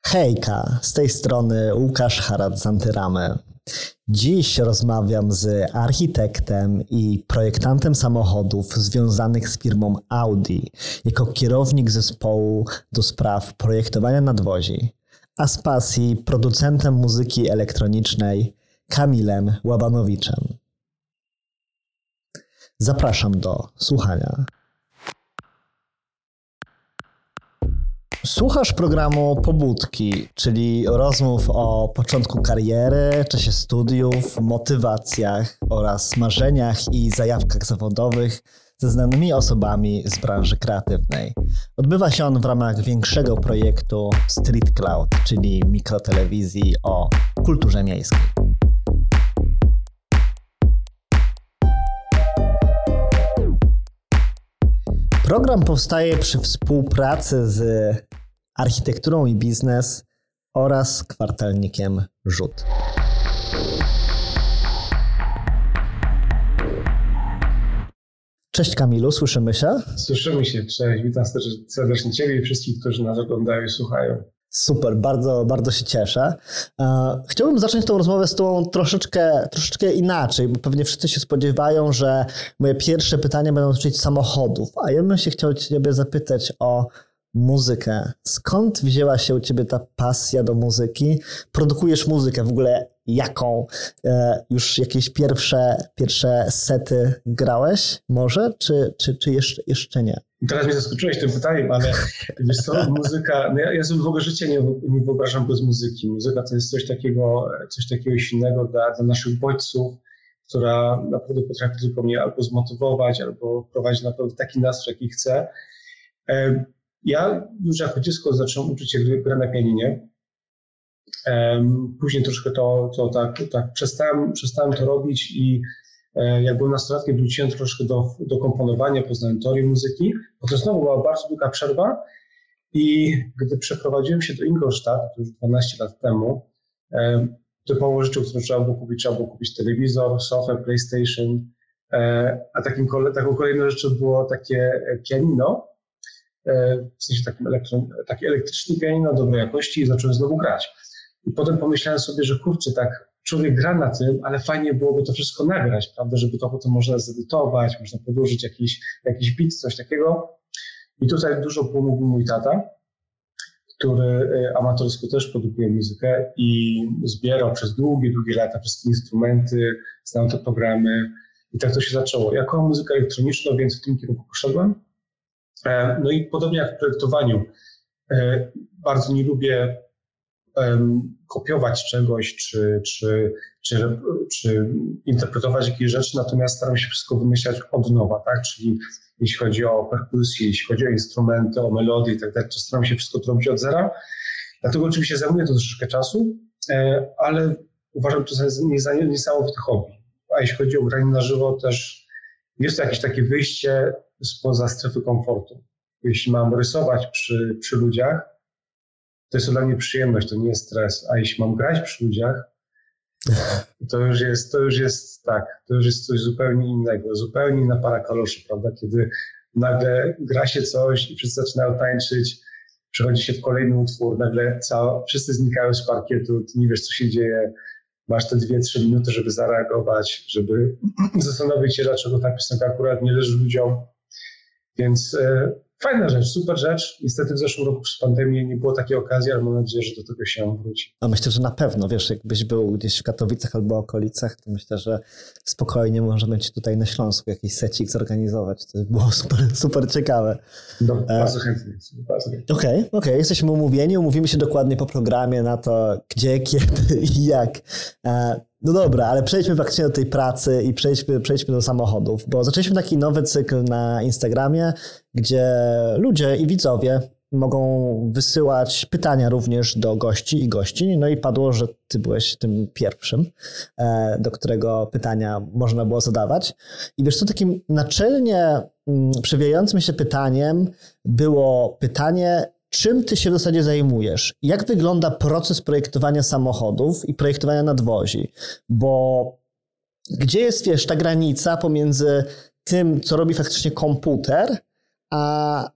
Hejka, z tej strony Łukasz Harat z Antyramy. Dziś rozmawiam z architektem i projektantem samochodów związanych z firmą Audi jako kierownik zespołu do spraw projektowania nadwozi, a z pasji producentem muzyki elektronicznej Kamilem Łabanowiczem. Zapraszam do słuchania. Słuchasz programu Pobudki, czyli rozmów o początku kariery, czasie studiów, motywacjach oraz marzeniach i zajawkach zawodowych ze znanymi osobami z branży kreatywnej. Odbywa się on w ramach większego projektu Street Cloud, czyli mikrotelewizji o kulturze miejskiej. Program powstaje przy współpracy z Architekturą i Biznes oraz kwartalnikiem Rzut. Cześć Kamilu, słyszymy się? Słyszymy się, cześć. Witam serdecznie Ciebie i wszystkich, którzy nas oglądają i słuchają. Super, bardzo, bardzo się cieszę. Chciałbym zacząć tą rozmowę z Tobą troszeczkę inaczej, bo pewnie wszyscy się spodziewają, że moje pierwsze pytania będą dotyczyć samochodów, a ja bym się chciał Ciebie zapytać o muzykę. Skąd wzięła się u Ciebie ta pasja do muzyki? Produkujesz muzykę, w ogóle jaką? Już jakieś pierwsze sety grałeś może, czy jeszcze nie? Teraz mnie zaskoczyłeś tym pytaniem, ale wiesz co, muzyka, ja sobie w ogóle życie nie wyobrażam bez muzyki. Muzyka to jest coś takiego silnego dla naszych bodźców, która naprawdę potrafi tylko mnie albo zmotywować, albo wprowadzić naprawdę taki nastrój, jaki chcę. Ja już jako dziecko zacząłem uczyć się gry na pianinie. Później troszkę to tak przestałem to robić i jak byłem nastolatkiem, wróciłem troszkę do komponowania, poznałem teorię muzyki. Potem znowu była bardzo długa przerwa i gdy przeprowadziłem się do Ingolstadt, to już 12 lat temu, typowo rzeczy, które trzeba było kupić telewizor, sofę, PlayStation, a taką kolejną rzeczą było takie pianino, w sensie takie elektryczne pianino dobrej jakości i zacząłem znowu grać. I potem pomyślałem sobie, że kurczę, tak człowiek gra na tym, ale fajnie byłoby to wszystko nagrać, prawda, żeby to potem można zedytować, można podłożyć jakiś beat, coś takiego. I tutaj dużo pomógł mój tata, który amatorsko też produkuje muzykę i zbierał przez długie lata wszystkie instrumenty, znał te programy i tak to się zaczęło. Ja kocham muzykę elektroniczną, więc w tym kierunku poszedłem. No i podobnie jak w projektowaniu, bardzo nie lubię kopiować czegoś, czy interpretować jakieś rzeczy, natomiast staram się wszystko wymyślać od nowa, tak? Czyli jeśli chodzi o perkusję, jeśli chodzi o instrumenty, o melodie i tak dalej, to staram się wszystko to robić od zera. Dlatego oczywiście zajmuje to troszeczkę czasu, ale uważam to za niesamowite hobby. A jeśli chodzi o granie na żywo, też jest to jakieś takie wyjście spoza strefy komfortu. Jeśli mam rysować przy ludziach, to jest to dla mnie przyjemność, to nie jest stres. A jeśli mam grać przy ludziach, to już jest coś zupełnie innego, zupełnie inna para kaloszy, prawda? Kiedy nagle gra się coś i wszyscy zaczynają tańczyć, przechodzi się w kolejny utwór, nagle wszyscy znikają z parkietu, ty nie wiesz, co się dzieje, masz te 2-3 minuty, żeby zareagować, żeby zastanowić się, dlaczego ta piosenka akurat nie leży ludziom. Więc fajna rzecz, super rzecz. Niestety w zeszłym roku przez pandemię nie było takiej okazji, ale mam nadzieję, że do tego się wróci. A myślę, że na pewno, wiesz, jakbyś był gdzieś w Katowicach albo okolicach, to myślę, że spokojnie możemy ci tutaj na Śląsku jakiś secik zorganizować. To było super ciekawe. No, bardzo chętnie. Okej, jesteśmy umówieni, umówimy się dokładnie po programie na to, gdzie, kiedy i jak. No dobra, ale przejdźmy faktycznie do tej pracy i przejdźmy do samochodów, bo zaczęliśmy taki nowy cykl na Instagramie, gdzie ludzie i widzowie mogą wysyłać pytania również do gości i gościń. No i padło, że ty byłeś tym pierwszym, do którego pytania można było zadawać. I wiesz co, takim naczelnie przewijającym się pytaniem było pytanie, czym ty się w zasadzie zajmujesz? Jak wygląda proces projektowania samochodów i projektowania nadwozi? Bo gdzie jest, wiesz, ta granica pomiędzy tym, co robi faktycznie komputer, a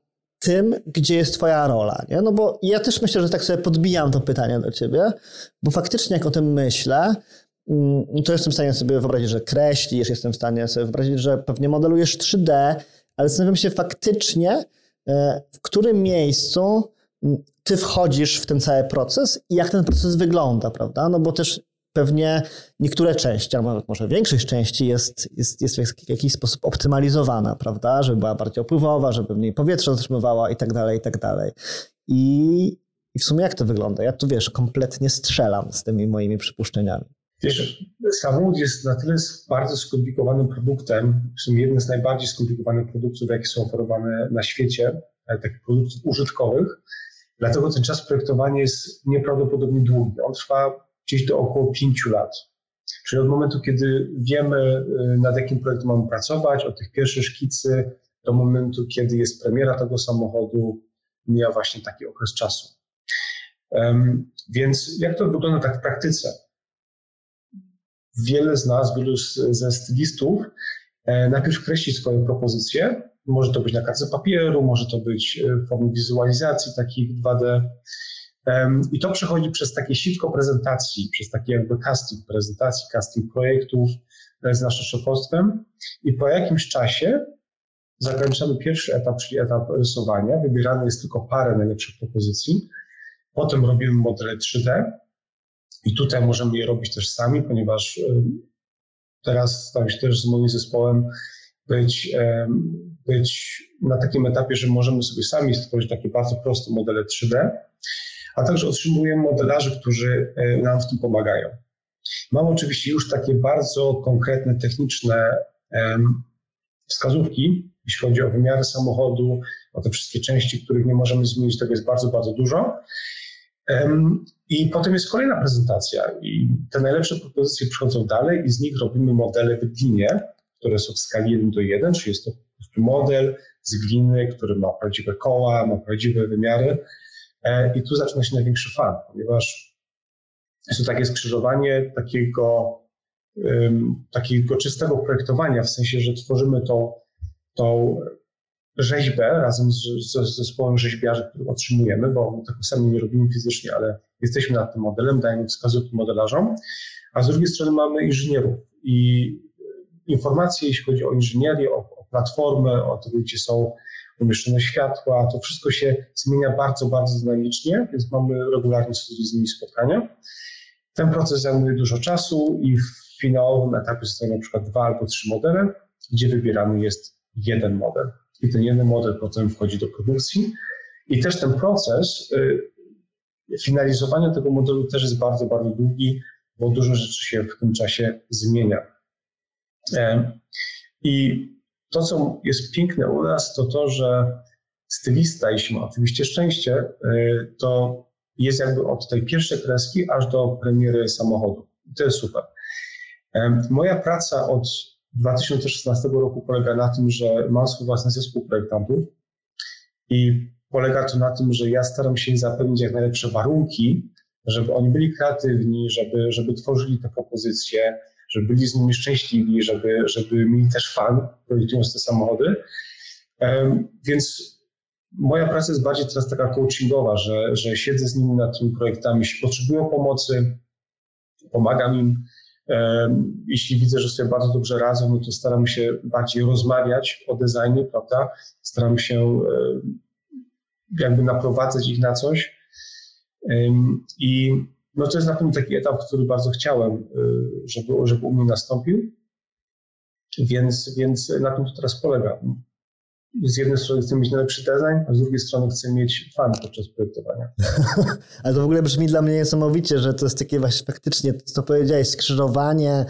tym, gdzie jest twoja rola, nie? No bo ja też myślę, że tak sobie podbijam to pytanie do ciebie, bo faktycznie jak o tym myślę, to jestem w stanie sobie wyobrazić, że kreślisz, jestem w stanie sobie wyobrazić, że pewnie modelujesz 3D, ale zastanawiam się faktycznie, w którym miejscu ty wchodzisz w ten cały proces i jak ten proces wygląda, prawda? No bo też pewnie niektóre części, albo może większość części jest w jakiś sposób optymalizowana, prawda? Żeby była bardziej opływowa, żeby mniej powietrza zatrzymywała i tak dalej, i tak dalej. I w sumie jak to wygląda? Ja tu, wiesz, kompletnie strzelam z tymi moimi przypuszczeniami. Wiesz, samochód jest na tyle bardzo skomplikowanym produktem, w sumie jeden z najbardziej skomplikowanych produktów, jakie są oferowane na świecie, takich produktów użytkowych, dlatego ten czas projektowania jest nieprawdopodobnie długi. On trwa gdzieś do około 5 lat. Czyli od momentu, kiedy wiemy, nad jakim projektem mamy pracować, od tych pierwszych szkicy do momentu, kiedy jest premiera tego samochodu, mija właśnie taki okres czasu. Więc jak to wygląda tak w praktyce? Wielu ze stylistów najpierw kreśli swoje propozycje. Może to być na kartce papieru, może to być w formie wizualizacji takich 2D. I to przechodzi przez takie sitko prezentacji, przez taki jakby casting prezentacji, casting projektów z naszym szefostwem. I po jakimś czasie zakończamy pierwszy etap, czyli etap rysowania. Wybierane jest tylko parę najlepszych propozycji. Potem robimy modele 3D. I tutaj możemy je robić też sami, ponieważ teraz staram się też z moim zespołem być na takim etapie, że możemy sobie sami stworzyć takie bardzo proste modele 3D, a także otrzymujemy modelarzy, którzy nam w tym pomagają. Mam oczywiście już takie bardzo konkretne, techniczne wskazówki, jeśli chodzi o wymiary samochodu, o te wszystkie części, których nie możemy zmienić, tego jest bardzo, bardzo dużo. I potem jest kolejna prezentacja i te najlepsze propozycje przychodzą dalej i z nich robimy modele w glinie, które są w skali 1:1, czyli jest to po prostu model z gliny, który ma prawdziwe koła, ma prawdziwe wymiary i tu zaczyna się największy fan, ponieważ jest to takie skrzyżowanie takiego czystego projektowania, w sensie, że tworzymy tą rzeźbę razem z zespołem rzeźbiarzy, który otrzymujemy, bo my tego sami nie robimy fizycznie, ale jesteśmy nad tym modelem, dajemy wskazówki modelarzom, a z drugiej strony mamy inżynierów i informacje, jeśli chodzi o inżynierię, o platformę, o to, gdzie są umieszczone światła, to wszystko się zmienia bardzo, bardzo dynamicznie, więc mamy regularnie z nimi spotkania. Ten proces zajmuje dużo czasu i w finałowym etapie zostają na przykład 2 albo 3 modele, gdzie wybierany jest jeden model. I ten jeden model potem wchodzi do produkcji. I też ten proces finalizowania tego modelu też jest bardzo, bardzo długi, bo dużo rzeczy się w tym czasie zmienia. I to, co jest piękne u nas, to to, że stylista, jeśli ma oczywiście szczęście, to jest jakby od tej pierwszej kreski aż do premiery samochodu. I to jest super. Moja praca od 2016 roku polega na tym, że mam swój własny zespół projektantów i polega to na tym, że ja staram się zapewnić jak najlepsze warunki, żeby oni byli kreatywni, żeby tworzyli te propozycje, żeby byli z nimi szczęśliwi, żeby mieli też fan, projektując te samochody. Więc moja praca jest bardziej teraz taka coachingowa, że siedzę z nimi nad tymi projektami, jeśli potrzebują pomocy, pomagam im. Jeśli widzę, że sobie bardzo dobrze radzą, no to staram się bardziej rozmawiać o designie, prawda? Staram się jakby naprowadzać ich na coś. I no to jest na pewno taki etap, który bardzo chciałem, żeby u mnie nastąpił. Więc na tym to teraz polega. Z jednej strony chcę mieć najlepszy design, a z drugiej strony chcę mieć fan podczas projektowania. Ale to w ogóle brzmi dla mnie niesamowicie, że to jest takie właśnie faktycznie, co powiedziałeś, skrzyżowanie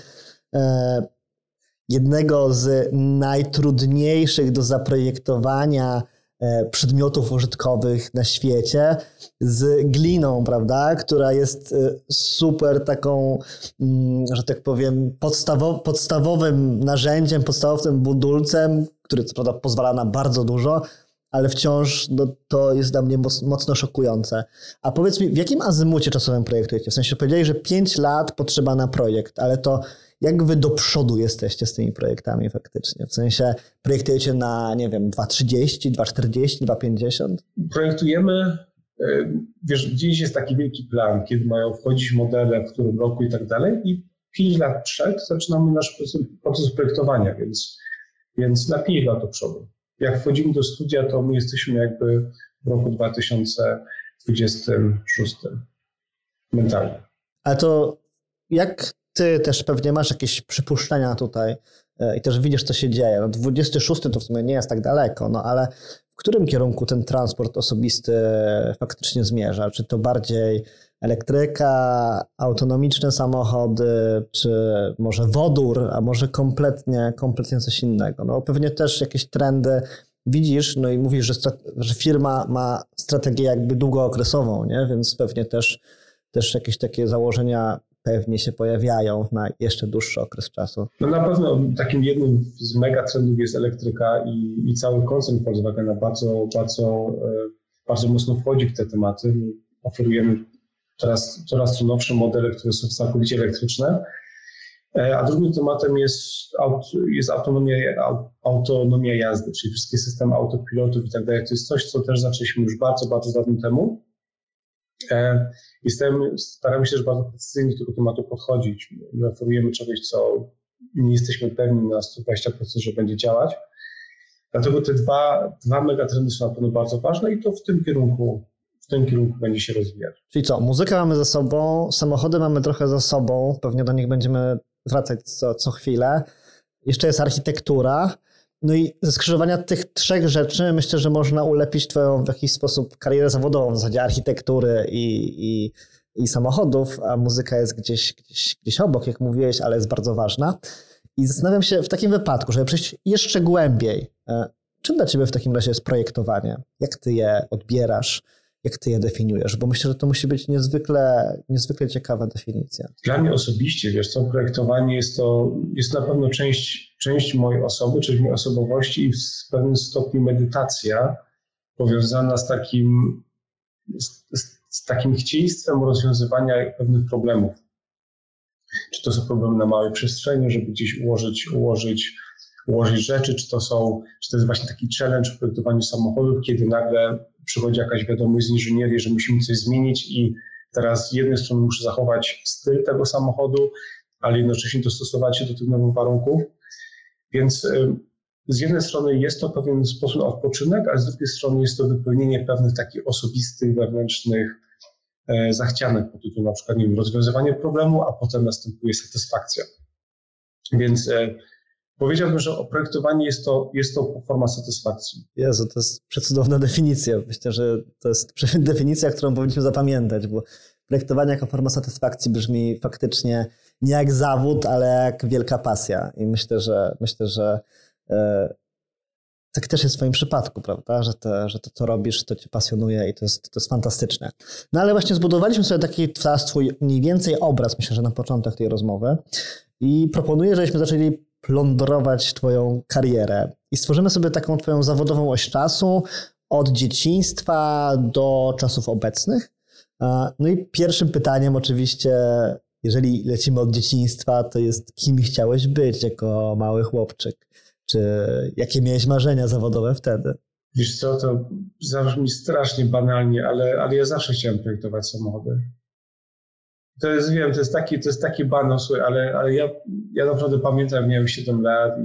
jednego z najtrudniejszych do zaprojektowania przedmiotów użytkowych na świecie z gliną, prawda, która jest super taką, że tak powiem, podstawowym narzędziem, podstawowym budulcem, który co prawda pozwala na bardzo dużo, ale wciąż to jest dla mnie mocno szokujące. A powiedz mi, w jakim azymucie czasowym projektujecie? W sensie powiedzieli, że 5 lat potrzeba na projekt, ale to Jak wy do przodu jesteście z tymi projektami faktycznie? W sensie projektujecie na, nie wiem, 2.30, 2.40, 2.50? Projektujemy, wiesz, gdzieś jest taki wielki plan, kiedy mają wchodzić modele, w którym roku i tak dalej i 5 lat przed zaczynamy nasz proces projektowania, więc na 5 lat do przodu. Jak wchodzimy do studia, to my jesteśmy jakby w roku 2026 mentalnie. Ale to jak ty też pewnie masz jakieś przypuszczenia tutaj i też widzisz, co się dzieje. No 26 to w sumie nie jest tak daleko, no ale w którym kierunku ten transport osobisty faktycznie zmierza? Czy to bardziej elektryka, autonomiczne samochody, czy może wodór, a może kompletnie coś innego? No pewnie też jakieś trendy widzisz, no i mówisz, że firma ma strategię jakby długookresową, nie? Więc pewnie też jakieś takie założenia pewnie się pojawiają na jeszcze dłuższy okres czasu. No na pewno takim jednym z megatrendów jest elektryka i cały koncern Volkswagena bardzo mocno wchodzi w te tematy. Oferujemy teraz coraz to nowsze modele, które są całkowicie elektryczne. A drugim tematem jest autonomia jazdy, czyli wszystkie systemy autopilotów i tak dalej. To jest coś, co też zaczęliśmy już bardzo, bardzo dawno temu. Staramy się też bardzo precyzyjnie do tego tematu podchodzić. My oferujemy czegoś, co nie jesteśmy pewni na 120%, że będzie działać. Dlatego te dwa megatrendy są na pewno bardzo ważne i to w tym kierunku będzie się rozwijać. Czyli co, muzykę mamy za sobą, samochody mamy trochę za sobą, pewnie do nich będziemy wracać co chwilę. Jeszcze jest architektura. No i ze skrzyżowania tych 3 rzeczy myślę, że można ulepić twoją w jakiś sposób karierę zawodową, w zasadzie architektury i samochodów, a muzyka jest gdzieś obok, jak mówiłeś, ale jest bardzo ważna. I zastanawiam się w takim wypadku, żeby przejść jeszcze głębiej, czym dla ciebie w takim razie jest projektowanie? Jak ty je odbierasz? Jak ty je definiujesz? Bo myślę, że to musi być niezwykle ciekawa definicja. Dla mnie osobiście, wiesz co, projektowanie jest na pewno część mojej osoby, część mojej osobowości i w pewnym stopniu medytacja powiązana z takim chcieństwem rozwiązywania pewnych problemów. Czy to są problemy na małej przestrzeni, żeby gdzieś ułożyć rzeczy, czy to jest właśnie taki challenge w projektowaniu samochodów, kiedy nagle przychodzi jakaś wiadomość z inżynierii, że musimy coś zmienić i teraz z jednej strony muszę zachować styl tego samochodu, ale jednocześnie dostosować się do tych nowych warunków. Więc z jednej strony jest to pewien sposób na odpoczynek, a z drugiej strony jest to wypełnienie pewnych takich osobistych, wewnętrznych zachcianek pod tytułem na przykład, nie wiem, rozwiązywanie problemu, a potem następuje satysfakcja. Więc powiedziałbym, że projektowanie jest to forma satysfakcji. Jezu, to jest przecudowna definicja. Myślę, że to jest definicja, którą powinniśmy zapamiętać, bo projektowanie jako forma satysfakcji brzmi faktycznie nie jak zawód, ale jak wielka pasja. I myślę, że tak też jest w twoim przypadku, prawda? Że to, co robisz, to cię pasjonuje i to jest fantastyczne. No ale właśnie zbudowaliśmy sobie taki swój mniej więcej obraz, myślę, że na początek tej rozmowy i proponuję, żebyśmy zaczęli plądrować twoją karierę i stworzymy sobie taką twoją zawodową oś czasu od dzieciństwa do czasów obecnych. No i pierwszym pytaniem oczywiście, jeżeli lecimy od dzieciństwa, to jest kim chciałeś być jako mały chłopczyk? Czy jakie miałeś marzenia zawodowe wtedy? Wiesz co, to zabrzmi strasznie banalnie, ale ja zawsze chciałem projektować samochody. To jest taki banał, słuchaj, ale ja naprawdę pamiętam, jak miałem 7 lat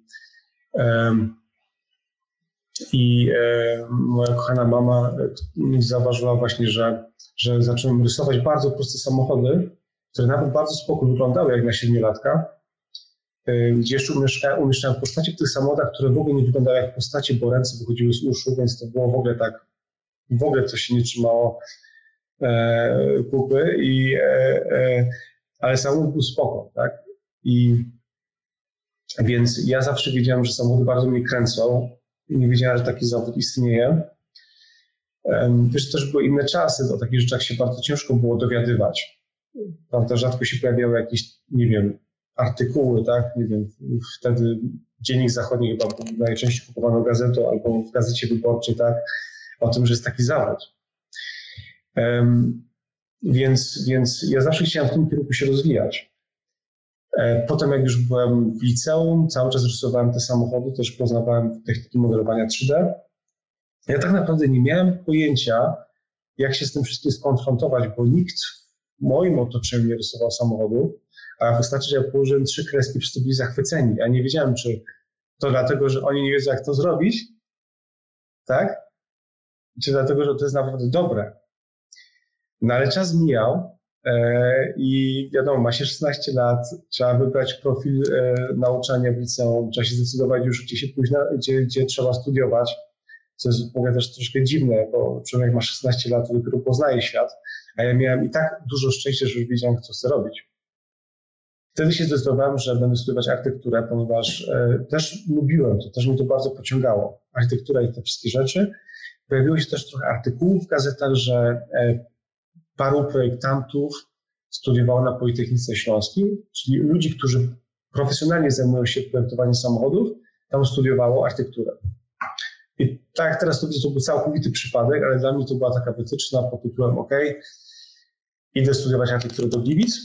i moja kochana mama zauważyła właśnie, że zacząłem rysować bardzo proste samochody, które nawet bardzo spoko wyglądały jak na 7-latka, gdzie jeszcze umieszczałem postacie w tych samochodach, które w ogóle nie wyglądały jak postacie, bo ręce wychodziły z uszu, więc to było w ogóle to się nie trzymało kupy, ale samochód był spoko, tak? Więc ja zawsze wiedziałem, że samochody bardzo mnie kręcą. Nie wiedziałem, że taki zawód istnieje. Wiesz, też były inne czasy, o takich rzeczach się bardzo ciężko było dowiadywać. Prawda, rzadko się pojawiały jakieś, nie wiem, artykuły, tak? Nie wiem, wtedy Dziennik Zachodni chyba najczęściej kupowano gazetą albo w Gazecie Wyborczej, tak? O tym, że jest taki zawód. Więc ja zawsze chciałem w tym kierunku się rozwijać. Potem jak już byłem w liceum, cały czas rysowałem te samochody, też poznawałem techniki modelowania 3D. Ja tak naprawdę nie miałem pojęcia, jak się z tym wszystkim skonfrontować, bo nikt w moim otoczeniu nie rysował samochodów, a wystarczy, że ja położyłem 3 kreski, wszyscy byli zachwyceni. Ja nie wiedziałem, czy to dlatego, że oni nie wiedzą, jak to zrobić, tak? Czy dlatego, że to jest naprawdę dobre. No ale czas mijał i wiadomo, ma się 16 lat, trzeba wybrać profil nauczania w liceum, trzeba się zdecydować już, gdzie się pójść, gdzie trzeba studiować, co jest w ogóle też troszkę dziwne, bo człowiek ma 16 lat, to dopiero poznaje świat, a ja miałem i tak dużo szczęścia, że już wiedziałem, co chcę robić. Wtedy się zdecydowałem, że będę studiować architekturę, ponieważ też lubiłem to, też mnie to bardzo pociągało. Architektura i te wszystkie rzeczy. Pojawiło się też trochę artykułów w gazetach, że paru projektantów studiowało na Politechnice Śląskiej, czyli ludzi, którzy profesjonalnie zajmują się projektowaniem samochodów, tam studiowało architekturę. I tak jak teraz to widzę, to był całkowity przypadek, ale dla mnie to była taka wytyczna pod tytułem OK, idę studiować architekturę do Gliwic.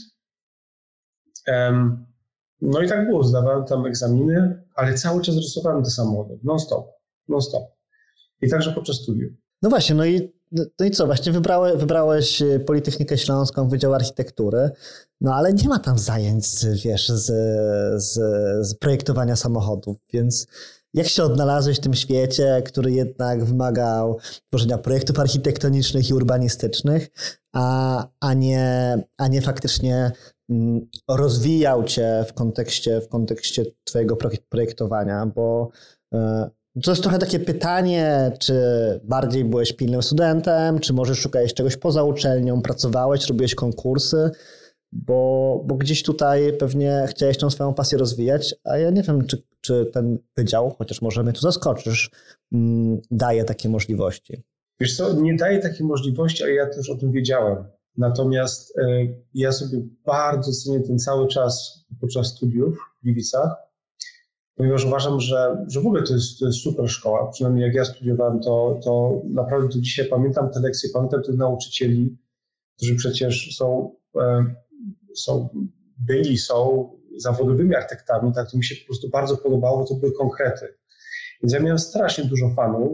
No i tak było, zdawałem tam egzaminy, ale cały czas rysowałem te samochody, non-stop. I także podczas studiów. No właśnie, no i co, właśnie wybrałeś Politechnikę Śląską, Wydział Architektury, no ale nie ma tam zajęć, wiesz, z projektowania samochodów, więc jak się odnalazłeś w tym świecie, który jednak wymagał tworzenia projektów architektonicznych i urbanistycznych, a nie faktycznie rozwijał cię w kontekście twojego projektowania, bo to jest trochę takie pytanie, czy bardziej byłeś pilnym studentem, czy może szukałeś czegoś poza uczelnią, pracowałeś, robiłeś konkursy, bo gdzieś tutaj pewnie chciałeś tą swoją pasję rozwijać, a ja nie wiem, czy ten wydział, chociaż może mnie tu zaskoczysz, daje takie możliwości. Wiesz co, nie daje takiej możliwości, ale ja też o tym wiedziałem. Natomiast ja sobie bardzo cenię ten cały czas podczas studiów w Gliwicach, ponieważ uważam, że w ogóle to jest super szkoła. Przynajmniej jak ja studiowałem, to naprawdę do dzisiaj pamiętam te lekcje, pamiętam tych nauczycieli, którzy przecież są zawodowymi architektami, tak to mi się po prostu bardzo podobało, bo to były konkrety. Więc ja miałem strasznie dużo fanów,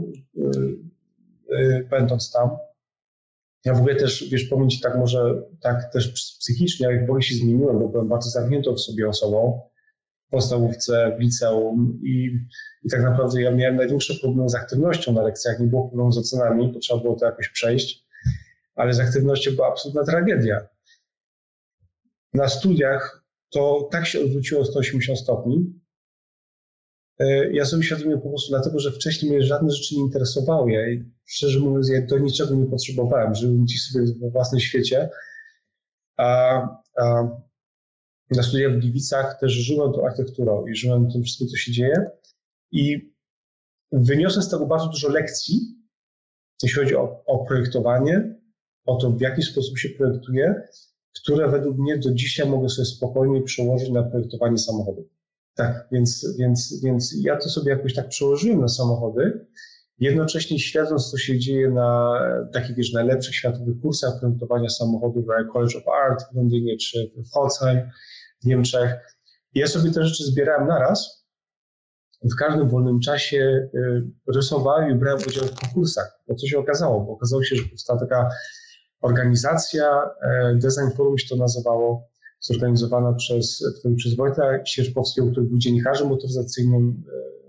będąc tam. Ja w ogóle też, wiesz, powiem ci tak może, tak też psychicznie, jak w ogóle się zmieniłem, bo byłem bardzo zamkniętą w sobie osobą w podstawówce, w liceum i tak naprawdę ja miałem największe problemy z aktywnością na lekcjach, nie było problemu z ocenami, to trzeba było to jakoś przejść, ale z aktywnością była absolutna tragedia. Na studiach to tak się odwróciło 180 stopni. Ja sobie świadomiłem po prostu dlatego, że wcześniej mnie żadne rzeczy nie interesowały. Ja, szczerze mówiąc, ja do niczego nie potrzebowałem. Żyłem gdzieś sobie we własnym świecie. A na studiach w Gliwicach też żyłem tą architekturą i żyłem tym wszystkim, co się dzieje. I wyniosłem z tego bardzo dużo lekcji, jeśli chodzi o projektowanie, o to, w jaki sposób się projektuje, które według mnie do dzisiaj mogę sobie spokojnie przełożyć na projektowanie samochodów. Tak, więc ja to sobie jakoś tak przełożyłem na samochody, jednocześnie śledząc, co się dzieje na takich, wiesz, najlepszych światowych kursach projektowania samochodów w College of Art w Londynie czy w Holzheim w Niemczech. I ja sobie te rzeczy zbierałem naraz. W każdym wolnym czasie rysowałem i brałem udział w konkursach. Bo co się okazało? Bo okazało się, że powstała taka organizacja, Design Forum się to nazywało, zorganizowana przez Wojtka Sierzkowskiego, który był dziennikarzem motoryzacyjnym.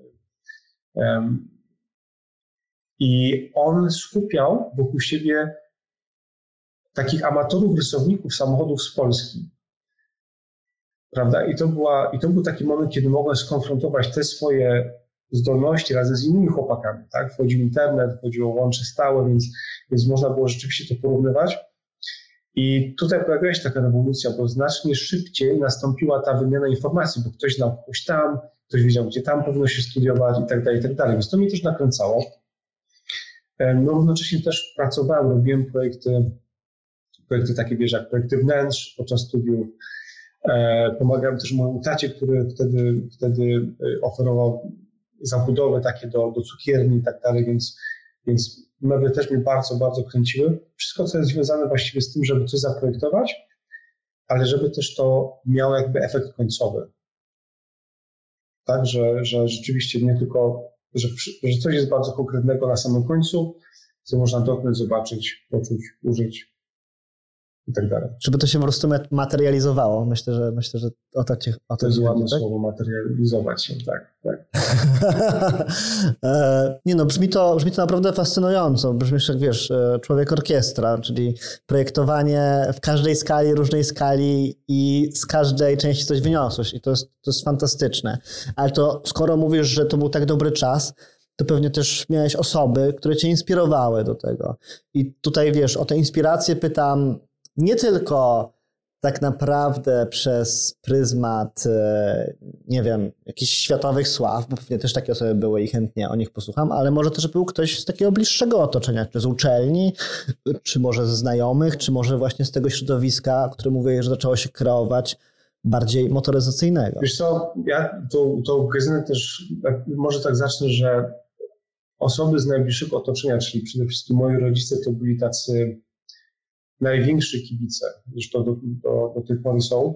I on skupiał wokół siebie takich amatorów, rysowników samochodów z Polski. Prawda? I to był taki moment, kiedy mogłem skonfrontować te swoje zdolności razem z innymi chłopakami. Tak? Wchodził internet, wchodziło łącze stałe, więc można było rzeczywiście to porównywać. I tutaj pojawiła się taka rewolucja, bo znacznie szybciej nastąpiła ta wymiana informacji, bo ktoś znał kogoś tam, ktoś wiedział, gdzie tam powinno się studiować i tak dalej, więc to mnie też nakręcało. No równocześnie też pracowałem, robiłem projekty takie, wiesz, jak projekty wnętrz podczas studiów. Pomagałem też mojemu tacie, który wtedy oferował zabudowę takie do cukierni i tak dalej, więc meble też mnie bardzo, bardzo kręciły. Wszystko, co jest związane właściwie z tym, żeby coś zaprojektować, ale żeby też to miało jakby efekt końcowy. Tak, że rzeczywiście nie tylko, że coś jest bardzo konkretnego na samym końcu, co można dotknąć, zobaczyć, poczuć, użyć i tak dalej. Żeby to się po prostu materializowało. Myślę, że o to jest chodzi, ładne tak? słowo, materializować się, tak. Nie no, brzmi to naprawdę fascynująco. Brzmisz jak, wiesz, człowiek orkiestra, czyli projektowanie w każdej skali, różnej skali i z każdej części coś wyniosłeś i to jest fantastyczne. Ale to skoro mówisz, że to był tak dobry czas, to pewnie też miałeś osoby, które cię inspirowały do tego. I tutaj, wiesz, o tę inspirację pytam nie tylko tak naprawdę przez pryzmat, nie wiem, jakichś światowych sław, bo pewnie też takie osoby były i chętnie o nich posłucham, ale może też był ktoś z takiego bliższego otoczenia, czy z uczelni, czy może ze znajomych, czy może właśnie z tego środowiska, które mówię, że zaczęło się kreować bardziej motoryzacyjnego. Wiesz co, ja tą gazynę też, może tak zacznę, że osoby z najbliższego otoczenia, czyli przede wszystkim moi rodzice, to byli tacy największy kibice, zresztą do tej pory są,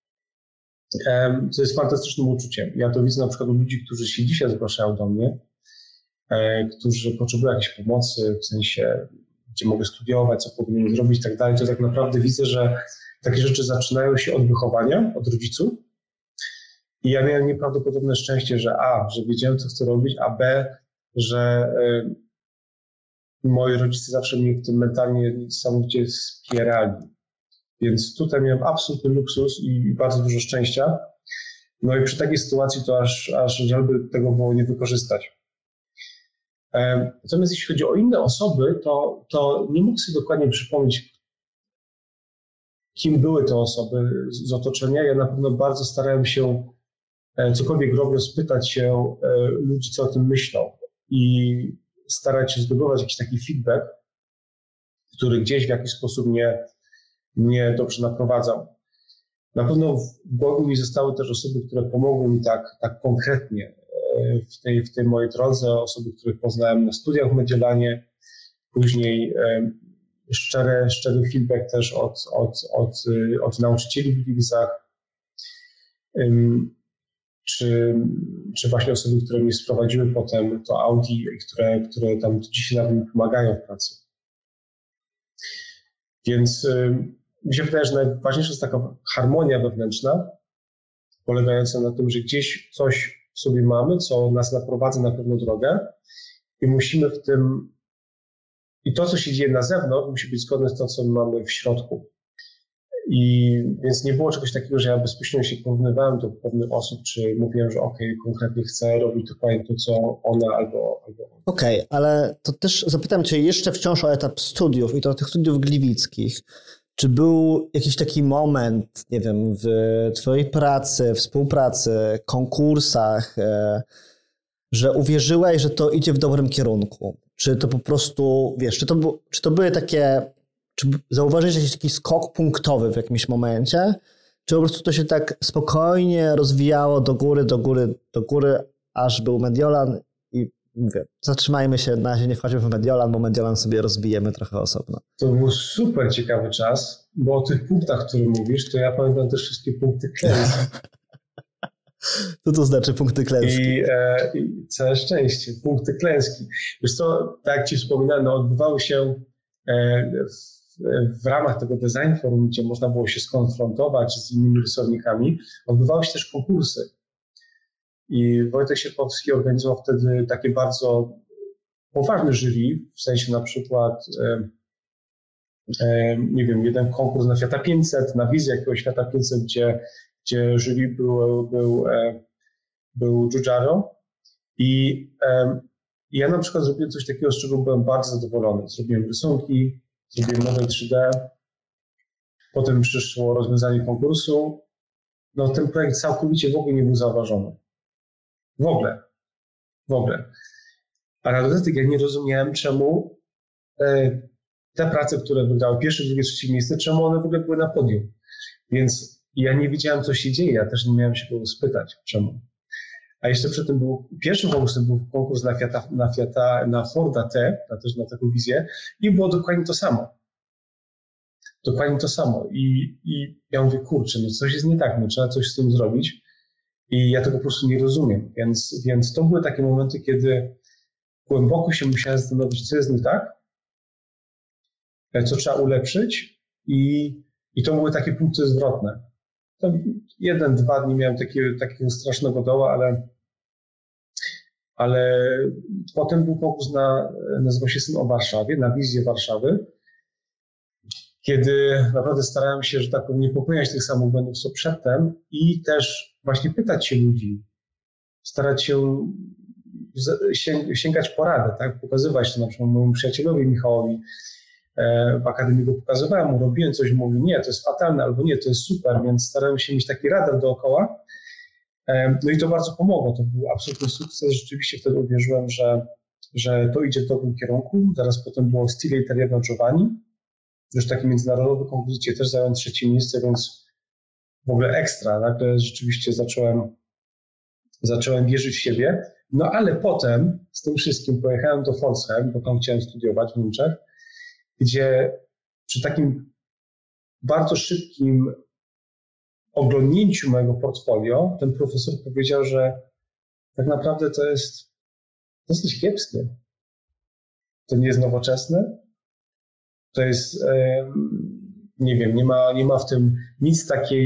co jest fantastycznym uczuciem. Ja to widzę na przykład u ludzi, którzy się dzisiaj zgłaszają do mnie, którzy potrzebują jakiejś pomocy, w sensie, gdzie mogę studiować, co powinienem zrobić i tak dalej, to tak naprawdę widzę, że takie rzeczy zaczynają się od wychowania, od rodziców. I ja miałem nieprawdopodobne szczęście, że że wiedziałem, co chcę robić, a B, że moi rodzice zawsze mnie w tym mentalnie niesamowicie wspierali. Więc tutaj miałem absolutny luksus i bardzo dużo szczęścia. No i przy takiej sytuacji to aż żal by tego było nie wykorzystać. Natomiast jeśli chodzi o inne osoby, to nie mógł sobie dokładnie przypomnieć, kim były te osoby z otoczenia. Ja na pewno bardzo starałem się, cokolwiek robię, spytać się ludzi, co o tym myślą i starać się zdobywać jakiś taki feedback, który gdzieś w jakiś sposób mnie dobrze naprowadzał. Na pewno w głowie mi zostały też osoby, które pomogły mi tak konkretnie w tej mojej drodze, osoby, których poznałem na studiach w Mediolanie, później szczery feedback też od nauczycieli w Gliwicach, czy właśnie osoby, które mnie sprowadziły potem do Audi i które tam dzisiaj nawet mi pomagają w pracy. Więc mi się wydaje, że najważniejsza jest taka harmonia wewnętrzna, polegająca na tym, że gdzieś coś w sobie mamy, co nas naprowadza na pewną drogę i musimy w tym, i to, co się dzieje na zewnątrz, musi być zgodne z tym, co mamy w środku. I więc nie było czegoś takiego, że ja bezpośrednio się porównywałem do pewnych osób, czy mówiłem, że konkretnie chcę robić dokładnie to, co ona albo on. Okej, ale to też zapytam cię jeszcze wciąż o etap studiów i to tych studiów gliwickich. Czy był jakiś taki moment, nie wiem, w twojej pracy, współpracy, konkursach, że uwierzyłeś, że to idzie w dobrym kierunku? Czy to po prostu, wiesz, czy to były takie, czy zauważyłeś jakiś taki skok punktowy w jakimś momencie? Czy po prostu to się tak spokojnie rozwijało do góry, aż był Mediolan i mówię, zatrzymajmy się, na razie nie wchodźmy w Mediolan, bo Mediolan sobie rozbijemy trochę osobno. To był super ciekawy czas, bo o tych punktach, o których mówisz, to ja pamiętam też wszystkie punkty klęski. Co to znaczy punkty klęski? I całe szczęście, punkty klęski. Wiesz co, tak jak ci wspominałem, odbywały się w ramach tego design forum, gdzie można było się skonfrontować z innymi rysownikami, odbywały się też konkursy. I Wojtek Sierpowski organizował wtedy takie bardzo poważne jury, w sensie na przykład, nie wiem, jeden konkurs na Fiata 500, na wizję jakiegoś Fiata 500, gdzie jury był Giugiaro. I ja na przykład zrobiłem coś takiego, z czego byłem bardzo zadowolony. Zrobiłem rysunki, zrobiłem model 3D, potem przyszło rozwiązanie konkursu. No ten projekt całkowicie w ogóle nie był zauważony. W ogóle. A na dodatek ja nie rozumiałem, czemu te prace, które wygrały pierwsze, drugie, trzecie miejsce, czemu one w ogóle były na podium. Więc ja nie wiedziałem, co się dzieje, ja też nie miałem się kogo spytać, czemu. A jeszcze przy tym pierwszym konkursem był konkurs na Forda T, też na taką wizję i było dokładnie to samo. dokładnie to samo. I ja mówię, kurczę, no coś jest nie tak, no trzeba coś z tym zrobić. I ja tego po prostu nie rozumiem. Więc to były takie momenty, kiedy głęboko się musiałem zastanowić, co jest nie tak, co trzeba ulepszyć i to były takie punkty zwrotne. Tam 1-2 dni miałem takiego strasznego doła, ale potem był pokus nazywa się Syn o Warszawie, na wizję Warszawy, kiedy naprawdę starałem się, że tak powiem, nie popełniać tych samych błędów, co przedtem i też właśnie pytać się ludzi, starać się sięgać porady, tak? Pokazywać to na przykład mojemu przyjacielowi Michałowi, w akademii go pokazywałem mu, robiłem coś, mówił, nie, to jest fatalne, albo nie, to jest super, więc starałem się mieć taki radar dookoła. No i to bardzo pomogło, to był absolutny sukces, rzeczywiście wtedy uwierzyłem, że to idzie w dobrym kierunku. Zaraz potem było Stile Italiano Giovanni, już taki międzynarodowy konkurs, gdzie też zająłem 3. miejsce, więc w ogóle ekstra, nagle rzeczywiście zacząłem wierzyć w siebie. No ale potem z tym wszystkim pojechałem do Pforzheim, bo tam chciałem studiować w Niemczech, gdzie przy takim bardzo szybkim oglądnięciu mojego portfolio ten profesor powiedział, że tak naprawdę to jest dosyć kiepskie. To nie jest nowoczesne. To jest, nie wiem, nie ma w tym nic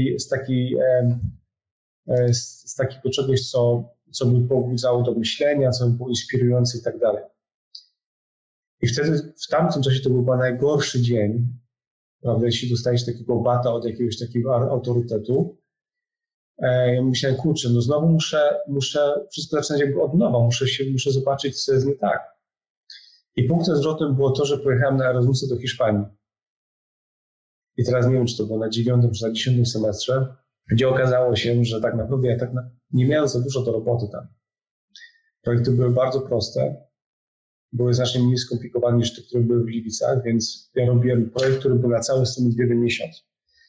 z takiego czegoś, co by pobudzało do myślenia, co by było inspirujące i tak dalej. I wtedy, w tamtym czasie to był chyba najgorszy dzień, prawda, jeśli dostajesz takiego bata od jakiegoś takiego autorytetu. Ja myślałem, kurczę, no znowu muszę wszystko zaczynać jakby od nowa, muszę zobaczyć, co jest nie tak. I punktem zwrotnym było to, że pojechałem na Erasmusa do Hiszpanii. I teraz nie wiem, czy to było na 9. czy na 10. semestrze, gdzie okazało się, że tak naprawdę ja nie miałem za dużo do roboty tam. Projekty były bardzo proste, były znacznie mniej skomplikowane niż te, które były w Gliwicach, więc ja robiłem projekt, który był na cały system w 1 miesiąc.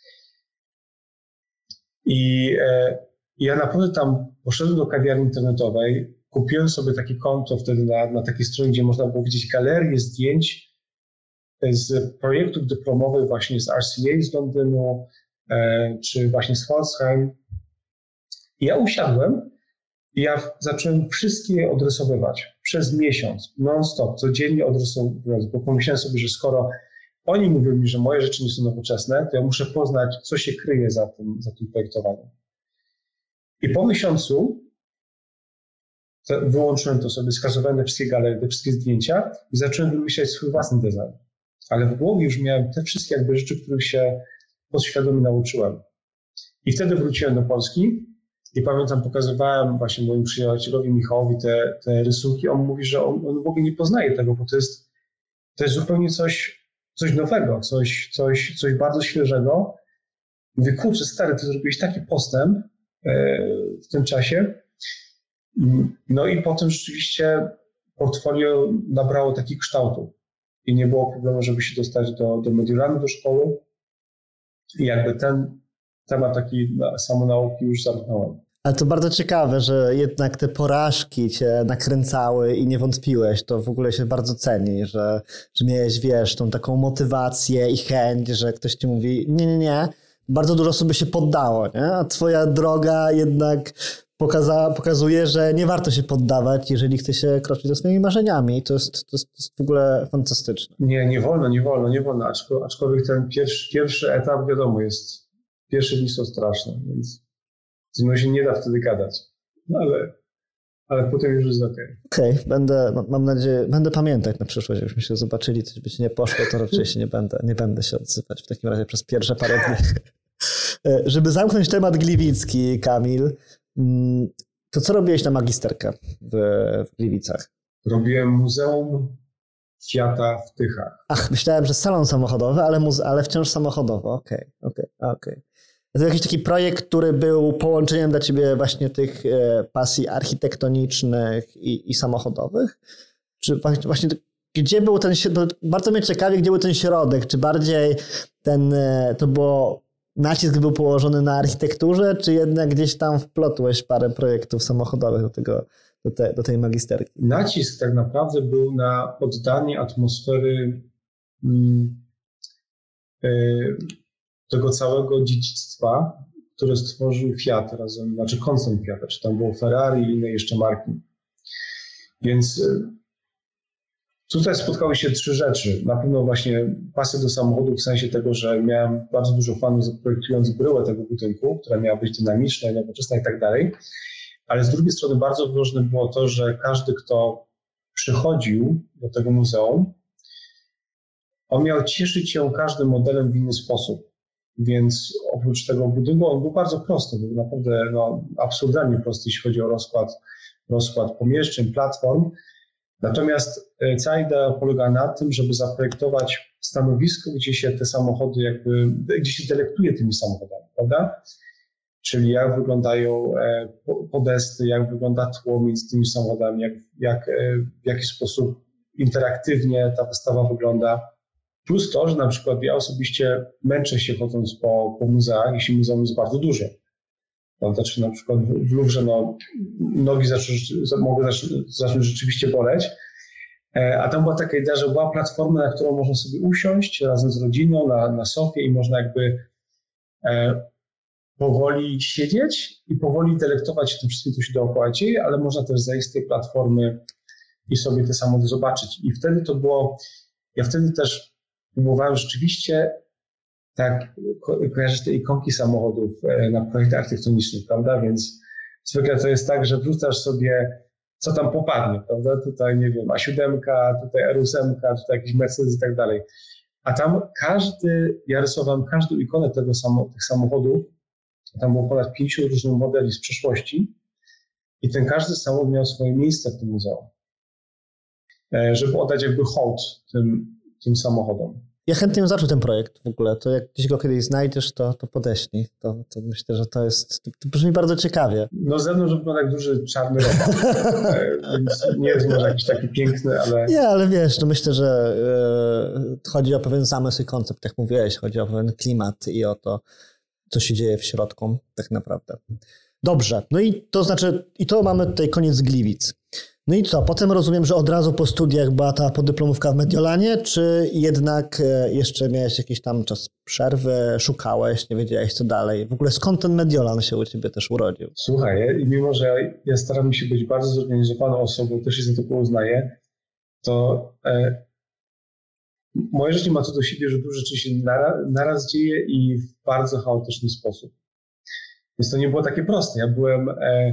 I ja naprawdę tam poszedłem do kawiarni internetowej, kupiłem sobie takie konto wtedy na takiej stronie, gdzie można było widzieć galerię zdjęć z projektów dyplomowych właśnie z RCA z Londynu, czy właśnie z Pforzheim. I ja usiadłem i ja zacząłem wszystkie odrysowywać przez miesiąc, non-stop, codziennie odrysowywać, bo pomyślałem sobie, że skoro oni mówią mi, że moje rzeczy nie są nowoczesne, to ja muszę poznać, co się kryje za tym projektowaniem. I po miesiącu wyłączyłem to sobie, skasowałem te wszystkie galerie, te wszystkie zdjęcia i zacząłem wymyślać swój własny design. Ale w głowie już miałem te wszystkie jakby rzeczy, których się podświadomie nauczyłem. I wtedy wróciłem do Polski i pamiętam, pokazywałem właśnie moim przyjacielowi Michałowi te rysunki. On mówi, że on w ogóle nie poznaje tego, bo to jest zupełnie coś nowego, coś bardzo świeżego. Mówię, kurczę, stary, ty zrobiłeś taki postęp w tym czasie. No i potem rzeczywiście portfolio nabrało takich kształtów i nie było problemu, żeby się dostać do Mediolanu, do szkoły. I jakby ten temat takiej samonauki już zamknąłem. Ale to bardzo ciekawe, że jednak te porażki cię nakręcały i nie wątpiłeś. To w ogóle się bardzo ceni, że miałeś, wiesz, tą taką motywację i chęć, że ktoś ci mówi nie. Bardzo dużo osób się poddało, nie? A twoja droga jednak pokazuje, że nie warto się poddawać, jeżeli chce się kroczyć za swoimi marzeniami. To jest w ogóle fantastyczne. Nie wolno. Aczkolwiek ten pierwszy etap, wiadomo, pierwsze dni są straszne, więc z nim się nie da wtedy gadać. No ale potem już jest okej. Okej, mam nadzieję, będę pamiętać na przyszłość. Jakbyśmy się zobaczyli, coś by ci nie poszło, to raczej się nie będę się odzywać w takim razie przez pierwsze parę dni. Żeby zamknąć temat gliwicki, Kamil, to co robiłeś na magisterkę w Gliwicach? Robiłem Muzeum Fiata w Tychach. Ach, myślałem, że salon samochodowy, ale wciąż samochodowo. Okej. To jakiś taki projekt, który był połączeniem dla ciebie właśnie tych pasji architektonicznych i samochodowych? Czy właśnie gdzie był ten, bardzo mnie ciekawi, gdzie był ten środek? Czy bardziej nacisk był położony na architekturze, czy jednak gdzieś tam wplotłeś parę projektów samochodowych do tej magisterki? Nacisk tak naprawdę był na oddanie atmosfery tego całego dziedzictwa, które stworzył Fiat razem, znaczy koncern Fiat, czy tam było Ferrari i inne jeszcze marki. Więc tutaj spotkały się trzy rzeczy. Na pewno właśnie pasja do samochodu w sensie tego, że miałem bardzo dużo fanów projektując bryłę tego budynku, która miała być dynamiczna, nowoczesna i tak dalej. Ale z drugiej strony bardzo ważne było to, że każdy, kto przychodził do tego muzeum, on miał cieszyć się każdym modelem w inny sposób. Więc oprócz tego budynku on był bardzo prosty, był naprawdę absurdalnie prosty, jeśli chodzi o rozkład pomieszczeń, platform. Natomiast cała idea polega na tym, żeby zaprojektować stanowisko, gdzie się te samochody gdzie się delektuje tymi samochodami, prawda? Czyli jak wyglądają podesty, jak wygląda tło między tymi samochodami, w jaki sposób interaktywnie ta wystawa wygląda. Plus to, że na przykład ja osobiście męczę się chodząc po muzeach, jeśli muzeum jest bardzo duże. Prawda? Czy na przykład w Louvre nogi mogą zacząć rzeczywiście boleć. A tam była taka idea, że była platforma, na którą można sobie usiąść razem z rodziną na sofie i można powoli siedzieć i powoli delektować się tym wszystkim, co się dookoła dzieje, ale można też zejść z tej platformy i sobie te samochody zobaczyć. I wtedy ja wtedy też próbowałem rzeczywiście tak kojarzyć te ikonki samochodów na projektach architektonicznych, prawda? Więc zwykle to jest tak, że wrzucasz sobie, co tam popadnie, prawda? Tutaj, nie wiem, A7, tutaj R8, tutaj jakiś Mercedes i tak dalej. A tam ja rysowałem każdą ikonę tych samochodów. Tam było ponad 50 różnych modeli z przeszłości i ten każdy samochód miał swoje miejsce w tym muzeum, żeby oddać hołd tym samochodom. Ja chętnie bym zaczął ten projekt w ogóle. To jak gdzieś go kiedyś znajdziesz, to podeślij. To myślę, że to brzmi bardzo ciekawie. No z zewnątrz wygląda jak duży czarny robot. Więc nie jest może jakiś taki piękny, ale... Nie, ale wiesz, myślę, że chodzi o pewien zamysł i koncept, jak mówiłeś. Chodzi o pewien klimat i o to, co się dzieje w środku tak naprawdę. Dobrze, no i to znaczy, i to mamy tutaj koniec Gliwic. No i co, potem rozumiem, że od razu po studiach była ta podyplomówka w Mediolanie, czy jednak jeszcze miałeś jakiś tam czas przerwy, szukałeś, nie wiedziałeś co dalej? W ogóle skąd ten Mediolan się u ciebie też urodził? Słuchaj, mimo że ja staram się być bardzo zorganizowaną osobą, też się za to uznaję, to moje życie ma to do siebie, że dużo rzeczy się naraz dzieje i w bardzo chaotyczny sposób. Więc to nie było takie proste. Ja byłem,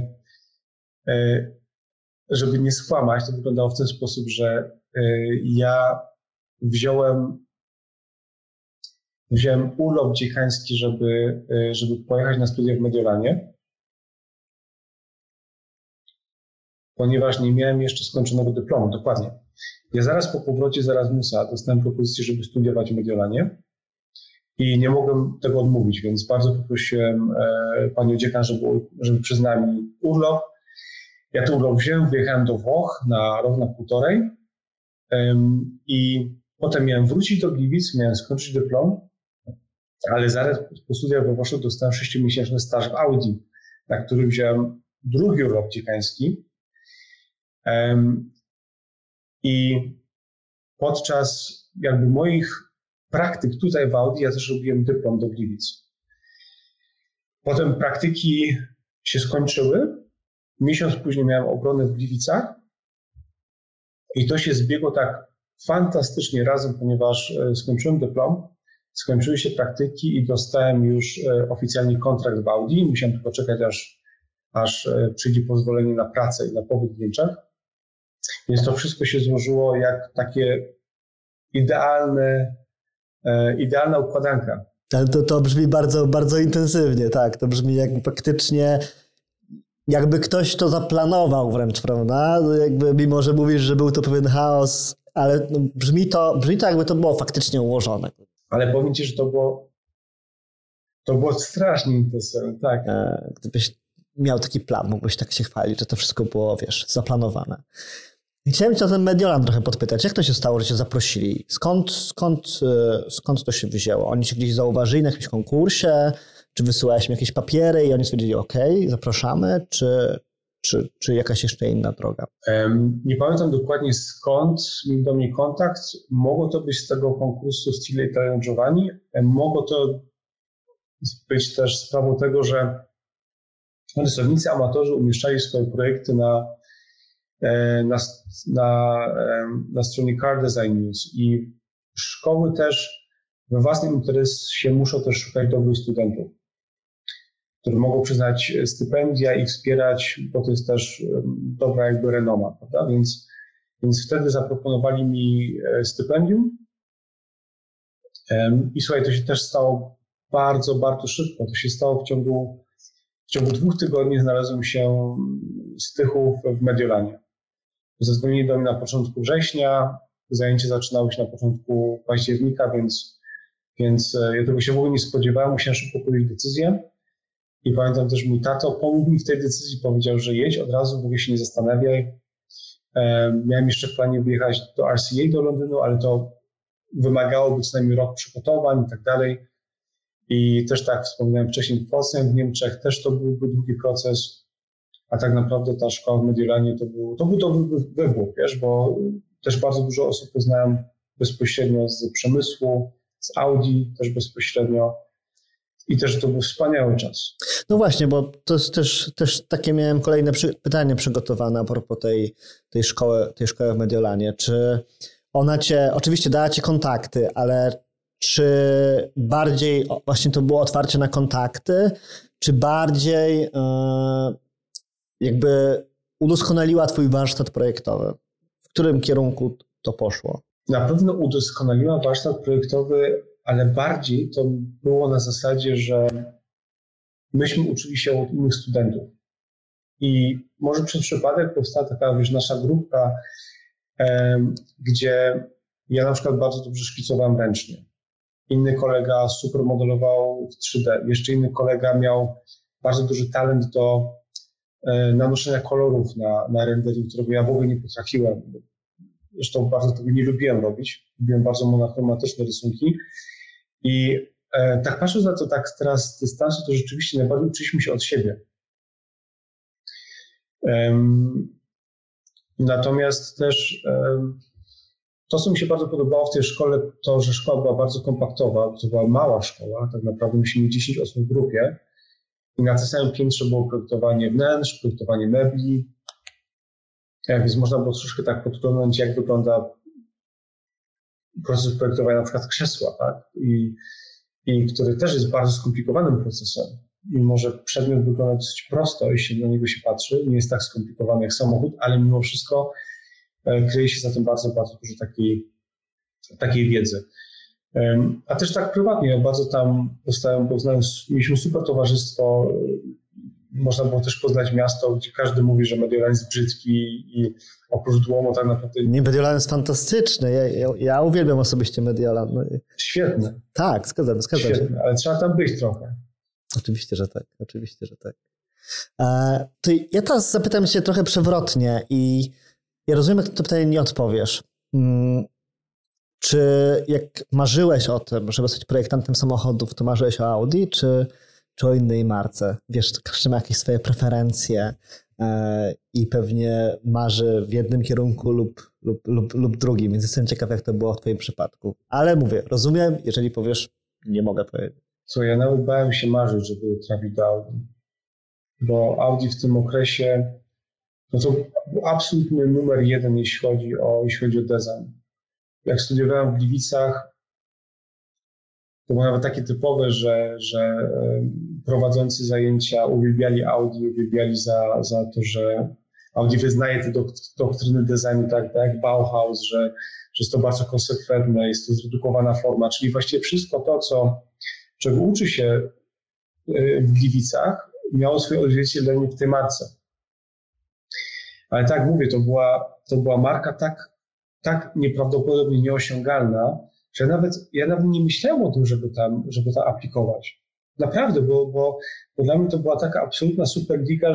żeby nie skłamać, to wyglądało w ten sposób, że ja wziąłem urlop dziekański, żeby pojechać na studia w Mediolanie, ponieważ nie miałem jeszcze skończonego dyplomu, dokładnie. Ja zaraz po powrocie z Erasmusa dostałem propozycję, żeby studiować w Mediolanie i nie mogłem tego odmówić, więc bardzo poprosiłem panią dziekan, żeby przyznała mi urlop. Ja ten urlop wziąłem, wyjechałem do Włoch na rok, na półtorej i potem miałem wrócić do Gliwic, miałem skończyć dyplom, ale zaraz po studiach we Włoszech dostałem 6-miesięczny staż w Audi, na który wziąłem drugi urlop dziekański. I podczas moich praktyk tutaj w Audi ja też robiłem dyplom do Gliwic. Potem praktyki się skończyły. Miesiąc później miałem obronę w Gliwicach i to się zbiegło tak fantastycznie razem, ponieważ skończyłem dyplom, skończyły się praktyki i dostałem już oficjalnie kontrakt w Audi. Musiałem tylko czekać, aż przyjdzie pozwolenie na pracę i na pobyt w Niemczech. Więc to wszystko się złożyło jak takie idealna układanka. Ale to brzmi bardzo, bardzo intensywnie, tak. To brzmi jak faktycznie, jakby ktoś to zaplanował wręcz, prawda? Mimo, że mówisz, że był to pewien chaos, ale brzmi to jakby to było faktycznie ułożone. Ale powiem ci, że to było strasznie intensywne, tak. Gdybyś miał taki plan, mógłbyś tak się chwalić, że to wszystko było, zaplanowane. I chciałem cię o ten Mediolan trochę podpytać. Jak to się stało, że cię zaprosili? Skąd to się wzięło? Oni cię gdzieś zauważyli na jakimś konkursie? Czy wysyłałeś im jakieś papiery i oni stwierdzili, okej, zapraszamy? Czy czy jakaś jeszcze inna droga? Nie pamiętam dokładnie skąd miał do mnie kontakt. Mogło to być z tego konkursu Stile Italiano Giovanni. Mogło to być też sprawą tego, że rysownicy amatorzy umieszczali swoje projekty na stronie Car Design News i szkoły też we własnym interesie muszą też szukać dobrych studentów, którzy mogą przyznać stypendia i wspierać, bo to jest też dobra jakby renoma, prawda? Więc wtedy zaproponowali mi stypendium i słuchaj, to się też stało bardzo, bardzo szybko. To się stało w ciągu 2 tygodni znalazłem się z Tychów w Mediolanie. Zadzwonili do mnie na początku września, zajęcia zaczynały się na początku października, więc ja tego się w ogóle nie spodziewałem, musiałem szybko podjąć decyzję. I pamiętam też, mój tato pomógł mi w tej decyzji, powiedział, że jedź od razu, w ogóle się nie zastanawiaj. Miałem jeszcze w planie wyjechać do RCA do Londynu, ale to wymagałoby co najmniej rok przygotowań i tak dalej. I też tak wspominałem wcześniej w Polsce, w Niemczech też to byłby długi proces, a tak naprawdę ta szkoła w Mediolanie to był wybór, wiesz, bo też bardzo dużo osób poznałem bezpośrednio z przemysłu, z Audi też bezpośrednio i też to był wspaniały czas. No właśnie, bo to jest też takie miałem kolejne pytanie przygotowane a propos tej szkoły w Mediolanie. Czy ona oczywiście dała ci kontakty, ale czy bardziej właśnie to było otwarcie na kontakty, czy bardziej jakby udoskonaliła twój warsztat projektowy? W którym kierunku to poszło? Na pewno udoskonaliła warsztat projektowy, ale bardziej to było na zasadzie, że myśmy uczyli się od innych studentów. I może przez przypadek powstała taka, nasza grupka, gdzie ja na przykład bardzo dobrze szkicowałem ręcznie. Inny kolega super modelował w 3D. Jeszcze inny kolega miał bardzo duży talent do nanoszenia kolorów na rendering, którego ja w ogóle nie potrafiłem. Zresztą bardzo tego nie lubiłem robić. Lubiłem bardzo monochromatyczne rysunki. I tak patrząc na to tak teraz z dystansu, to rzeczywiście najbardziej uczyliśmy się od siebie. Natomiast też to, co mi się bardzo podobało w tej szkole, to, że szkoła była bardzo kompaktowa, to była mała szkoła, tak naprawdę myśmy mieli 10 osób w grupie i na tym samym piętrze było projektowanie wnętrz, projektowanie mebli, więc można było troszkę tak podglądać, jak wygląda proces projektowania na przykład krzesła, tak? I który też jest bardzo skomplikowanym procesem. Mimo że przedmiot wygląda dosyć prosto, jeśli na niego się patrzy, nie jest tak skomplikowany jak samochód, ale mimo wszystko kryje się za tym bardzo, bardzo dużo takiej wiedzy. A też tak prywatnie, ja bardzo tam poznałem, mieliśmy super towarzystwo, można było też poznać miasto, gdzie każdy mówi, że Mediolan jest brzydki i oprócz Duomo tak naprawdę... Nie, Mediolan jest fantastyczny, ja uwielbiam osobiście Mediolan. Świetny. Tak, zgadzam się. Ale trzeba tam być trochę. Oczywiście, że tak. To ja teraz zapytam cię trochę przewrotnie i ja rozumiem, jak to pytanie nie odpowiesz. Czy jak marzyłeś o tym, żeby zostać projektantem samochodów, to marzyłeś o Audi, czy o innej marce? Wiesz, każdy ma jakieś swoje preferencje i pewnie marzy w jednym kierunku lub drugim, więc jestem ciekaw, jak to było w twoim przypadku. Ale mówię, rozumiem, jeżeli powiesz, nie mogę powiedzieć. Ja nawet bałem się marzyć, żeby trafić do Audi, bo Audi w tym okresie to był absolutnie numer 1, jeśli chodzi o design. Jak studiowałem w Gliwicach, to było nawet takie typowe, że prowadzący zajęcia uwielbiali Audi, uwielbiali za to, że Audi wyznaje te doktryny designu, tak jak Bauhaus, że jest to bardzo konsekwentne, jest to zredukowana forma, czyli właściwie wszystko to, czego uczy się w Gliwicach, miało swoje odzwierciedlenie w tej marce. Ale tak mówię, to była marka tak nieprawdopodobnie nieosiągalna, że ja nawet nie myślałem o tym, żeby tam aplikować. Naprawdę, bo dla mnie to była taka absolutna superliga,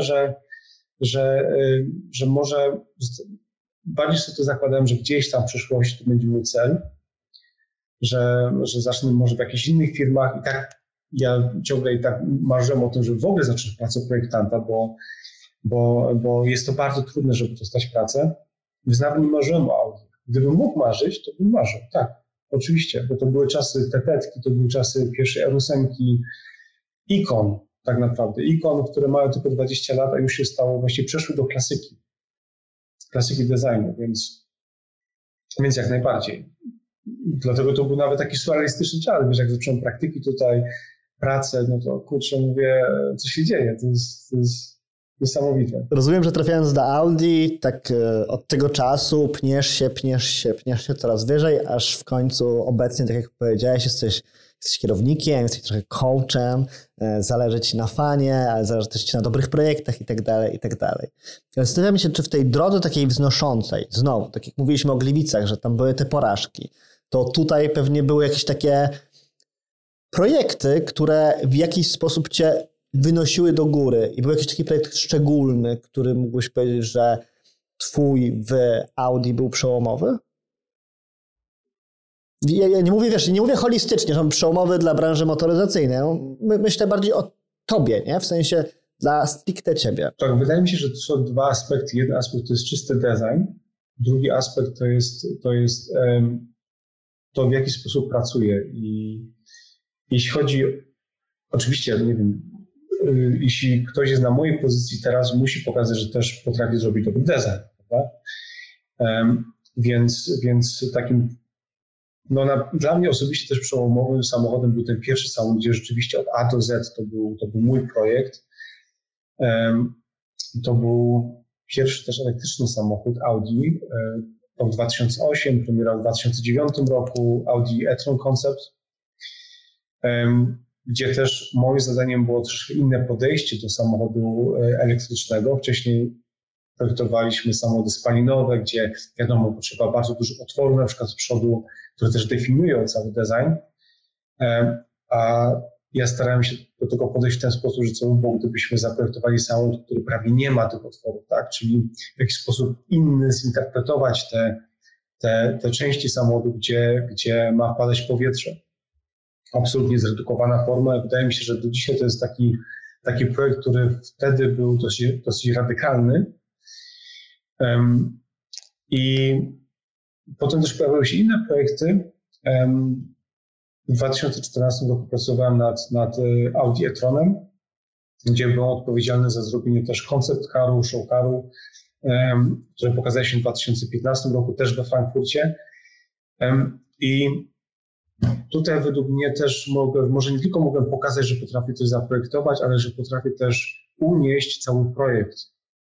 że może bardziej sobie to zakładałem, że gdzieś tam w przyszłości to będzie mój cel, że zacznę może w jakichś innych firmach i tak ja ciągle i tak marzyłem o tym, żeby w ogóle zacząć pracę projektanta, bo bo jest to bardzo trudne, żeby dostać pracę. Więc nawet nie marzyłem o Audi. Gdybym mógł marzyć, to bym marzył, tak, oczywiście, bo to były czasy Tetetki, to były czasy pierwszej R8, ikon, tak naprawdę, ikon, które mają tylko 20 lat, a już się stało, właściwie przeszły do klasyki designu, więc jak najbardziej. Dlatego to był nawet taki surrealistyczny czas, wiesz, jak zacząłem praktyki tutaj, pracę, no to kurczę, mówię, co się dzieje, to jest niesamowite. Rozumiem, że trafiając do Audi, tak od tego czasu pniesz się coraz wyżej, aż w końcu obecnie, tak jak powiedziałeś, jesteś kierownikiem, jesteś trochę coachem, zależy ci na fanie, ale zależy też ci na dobrych projektach i tak dalej, i tak dalej. Zastanawiam się, czy w tej drodze takiej wznoszącej, znowu, tak jak mówiliśmy o Gliwicach, że tam były te porażki, to tutaj pewnie były jakieś takie projekty, które w jakiś sposób cię wynosiły do góry i był jakiś taki projekt szczególny, który mógłbyś powiedzieć, że twój w Audi był przełomowy? Ja nie mówię, wiesz, nie mówię holistycznie, że on przełomowy dla branży motoryzacyjnej. Myślę bardziej o tobie, nie? W sensie dla stricte ciebie. Tak, wydaje mi się, że to są dwa aspekty. Jeden aspekt to jest czysty design, drugi aspekt to jest to, w jaki sposób pracuję. I jeśli chodzi, oczywiście, nie wiem, jeśli ktoś jest na mojej pozycji teraz, musi pokazać, że też potrafi zrobić dobry design, prawda? Więc takim, no dla mnie osobiście też przełomowym samochodem był ten pierwszy samochód, gdzie rzeczywiście od A do Z to był mój projekt. To był pierwszy też elektryczny samochód Audi. To w 2008, premiera w 2009 roku, Audi e-tron Concept, gdzie też moim zadaniem było troszkę inne podejście do samochodu elektrycznego. Wcześniej projektowaliśmy samochody spalinowe, gdzie wiadomo, potrzeba bardzo dużych otworów, na przykład z przodu, które też definiują cały design. A ja starałem się do tego podejść w ten sposób, że co by było, gdybyśmy zaprojektowali samochód, który prawie nie ma tych otworów, tak? Czyli w jakiś sposób inny zinterpretować te części samochodu, gdzie ma wpadać powietrze. Absolutnie zredukowana forma. Wydaje mi się, że do dzisiaj to jest taki projekt, który wtedy był dosyć radykalny. I potem też pojawiły się inne projekty. W 2014 roku pracowałem nad Audi e-tronem, gdzie byłem odpowiedzialny za zrobienie też concept caru, show caru, które pokazaliśmy w 2015 roku też we Frankfurcie. I tutaj według mnie też może nie tylko mogłem pokazać, że potrafię coś zaprojektować, ale że potrafię też unieść cały projekt.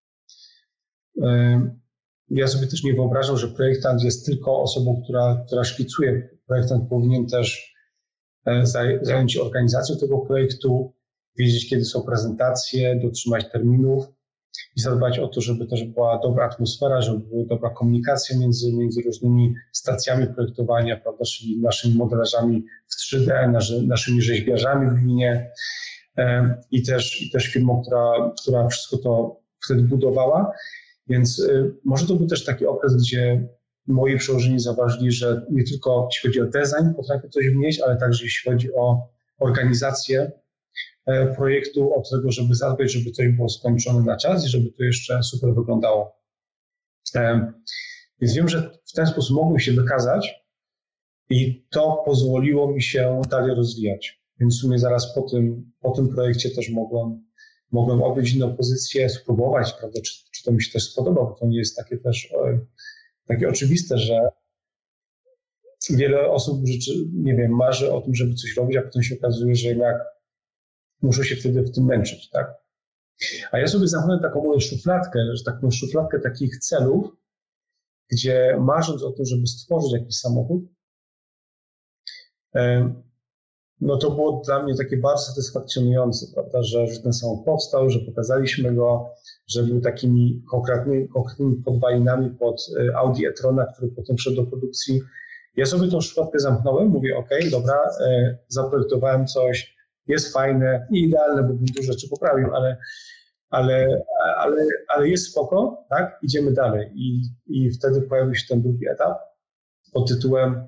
Ja sobie też nie wyobrażam, że projektant jest tylko osobą, która szkicuje. Projektant powinien też zająć się organizacją tego projektu, wiedzieć, kiedy są prezentacje, dotrzymać terminów i zadbać o to, żeby też była dobra atmosfera, żeby była dobra komunikacja między różnymi stacjami projektowania, prawda, czyli naszymi modelarzami w 3D, naszymi rzeźbiarzami w linie i też firmą, która wszystko to wtedy budowała. Więc może to był też taki okres, gdzie moi przełożeni zauważyli, że nie tylko jeśli chodzi o design potrafię coś wnieść, ale także jeśli chodzi o organizację projektu, od tego, żeby zadbać, żeby coś było skończone na czas i żeby to jeszcze super wyglądało. Więc wiem, że w ten sposób mogłem się wykazać i to pozwoliło mi się dalej rozwijać. Więc w sumie zaraz po tym projekcie też mogłem objąć inną pozycję, spróbować, prawda, czy to mi się też spodoba, bo to nie jest takie też takie oczywiste, że wiele osób marzy o tym, żeby coś robić, a potem się okazuje, że jednak muszą się wtedy w tym męczyć, tak? A ja sobie zamknąłem taką moją szufladkę takich celów, gdzie marząc o tym, żeby stworzyć jakiś samochód, no to było dla mnie takie bardzo satysfakcjonujące, prawda, że ten samochód powstał, że pokazaliśmy go, że był takimi konkretnymi podwajinami pod Audi e-trona, który potem wszedł do produkcji. Ja sobie tą szufladkę zamknąłem, mówię, okej, dobra, zaprojektowałem coś, jest fajne, nie idealne, bo bym dużo rzeczy poprawił, ale jest spoko, tak, idziemy dalej. I wtedy pojawił się ten drugi etap pod tytułem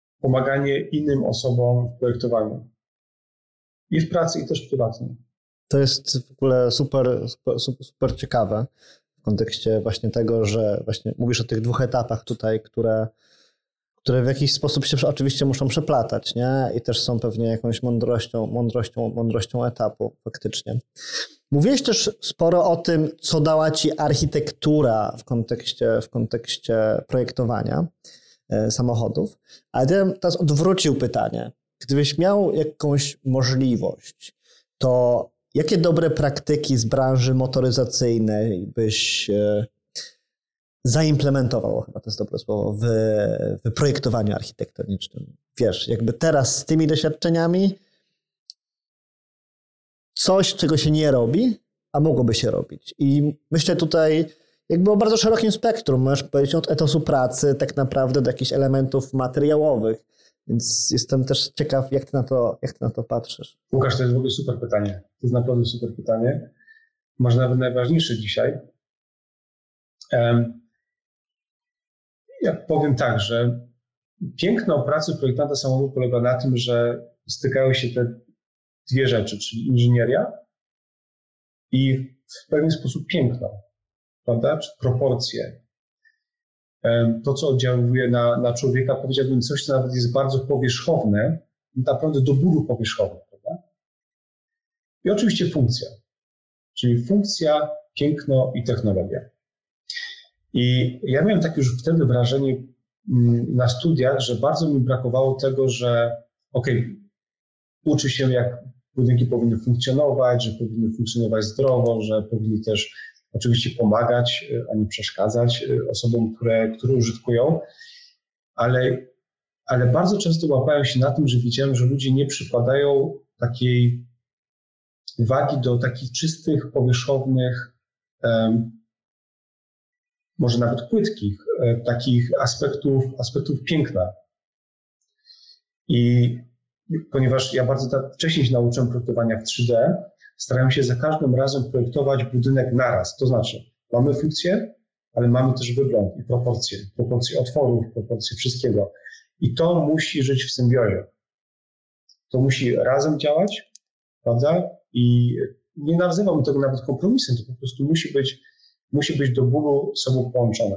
pomaganie innym osobom w projektowaniu. I w pracy, i też prywatnie. To jest w ogóle super ciekawe w kontekście właśnie tego, że właśnie mówisz o tych 2 etapach tutaj, które w jakiś sposób się oczywiście muszą przeplatać, nie? I też są pewnie jakąś mądrością etapu faktycznie. Mówiłeś też sporo o tym, co dała ci architektura w kontekście projektowania samochodów, ale ja bym teraz odwrócił pytanie. Gdybyś miał jakąś możliwość, to jakie dobre praktyki z branży motoryzacyjnej byś zaimplementował, chyba to jest dobre słowo, w projektowaniu architektonicznym? Wiesz, jakby teraz z tymi doświadczeniami coś, czego się nie robi, a mogłoby się robić. I myślę tutaj jakby o bardzo szerokim spektrum. Możesz powiedzieć od etosu pracy tak naprawdę do jakichś elementów materiałowych. Więc jestem też ciekaw, jak ty na to patrzysz. Łukasz, to jest w ogóle super pytanie. To jest naprawdę super pytanie. Może nawet najważniejsze dzisiaj. Ja powiem tak, że piękno pracy projektanta samochodu polega na tym, że stykają się te 2 rzeczy, czyli inżynieria i w pewien sposób piękno, prawda? Czy proporcje. To, co oddziałuje na człowieka, powiedziałbym coś, co nawet jest bardzo powierzchowne, naprawdę do bólu powierzchowne, prawda? I oczywiście funkcja, czyli funkcja, piękno i technologia. I ja miałem takie już wtedy wrażenie na studiach, że bardzo mi brakowało tego, że uczy się, jak budynki powinny funkcjonować, że powinny funkcjonować zdrowo, że powinny też oczywiście pomagać, a nie przeszkadzać osobom, które użytkują, ale bardzo często łapałem się na tym, że widziałem, że ludzie nie przykładają takiej wagi do takich czystych, powierzchownych, może nawet płytkich, takich aspektów piękna. I ponieważ ja bardzo wcześniej się nauczyłem projektowania w 3D, starałem się za każdym razem projektować budynek naraz. To znaczy, mamy funkcję, ale mamy też wygląd i proporcje otworów, proporcje wszystkiego. I to musi żyć w symbiozie. To musi razem działać, prawda? I nie nazywam tego nawet kompromisem, to po prostu musi być do bólu sobą połączone.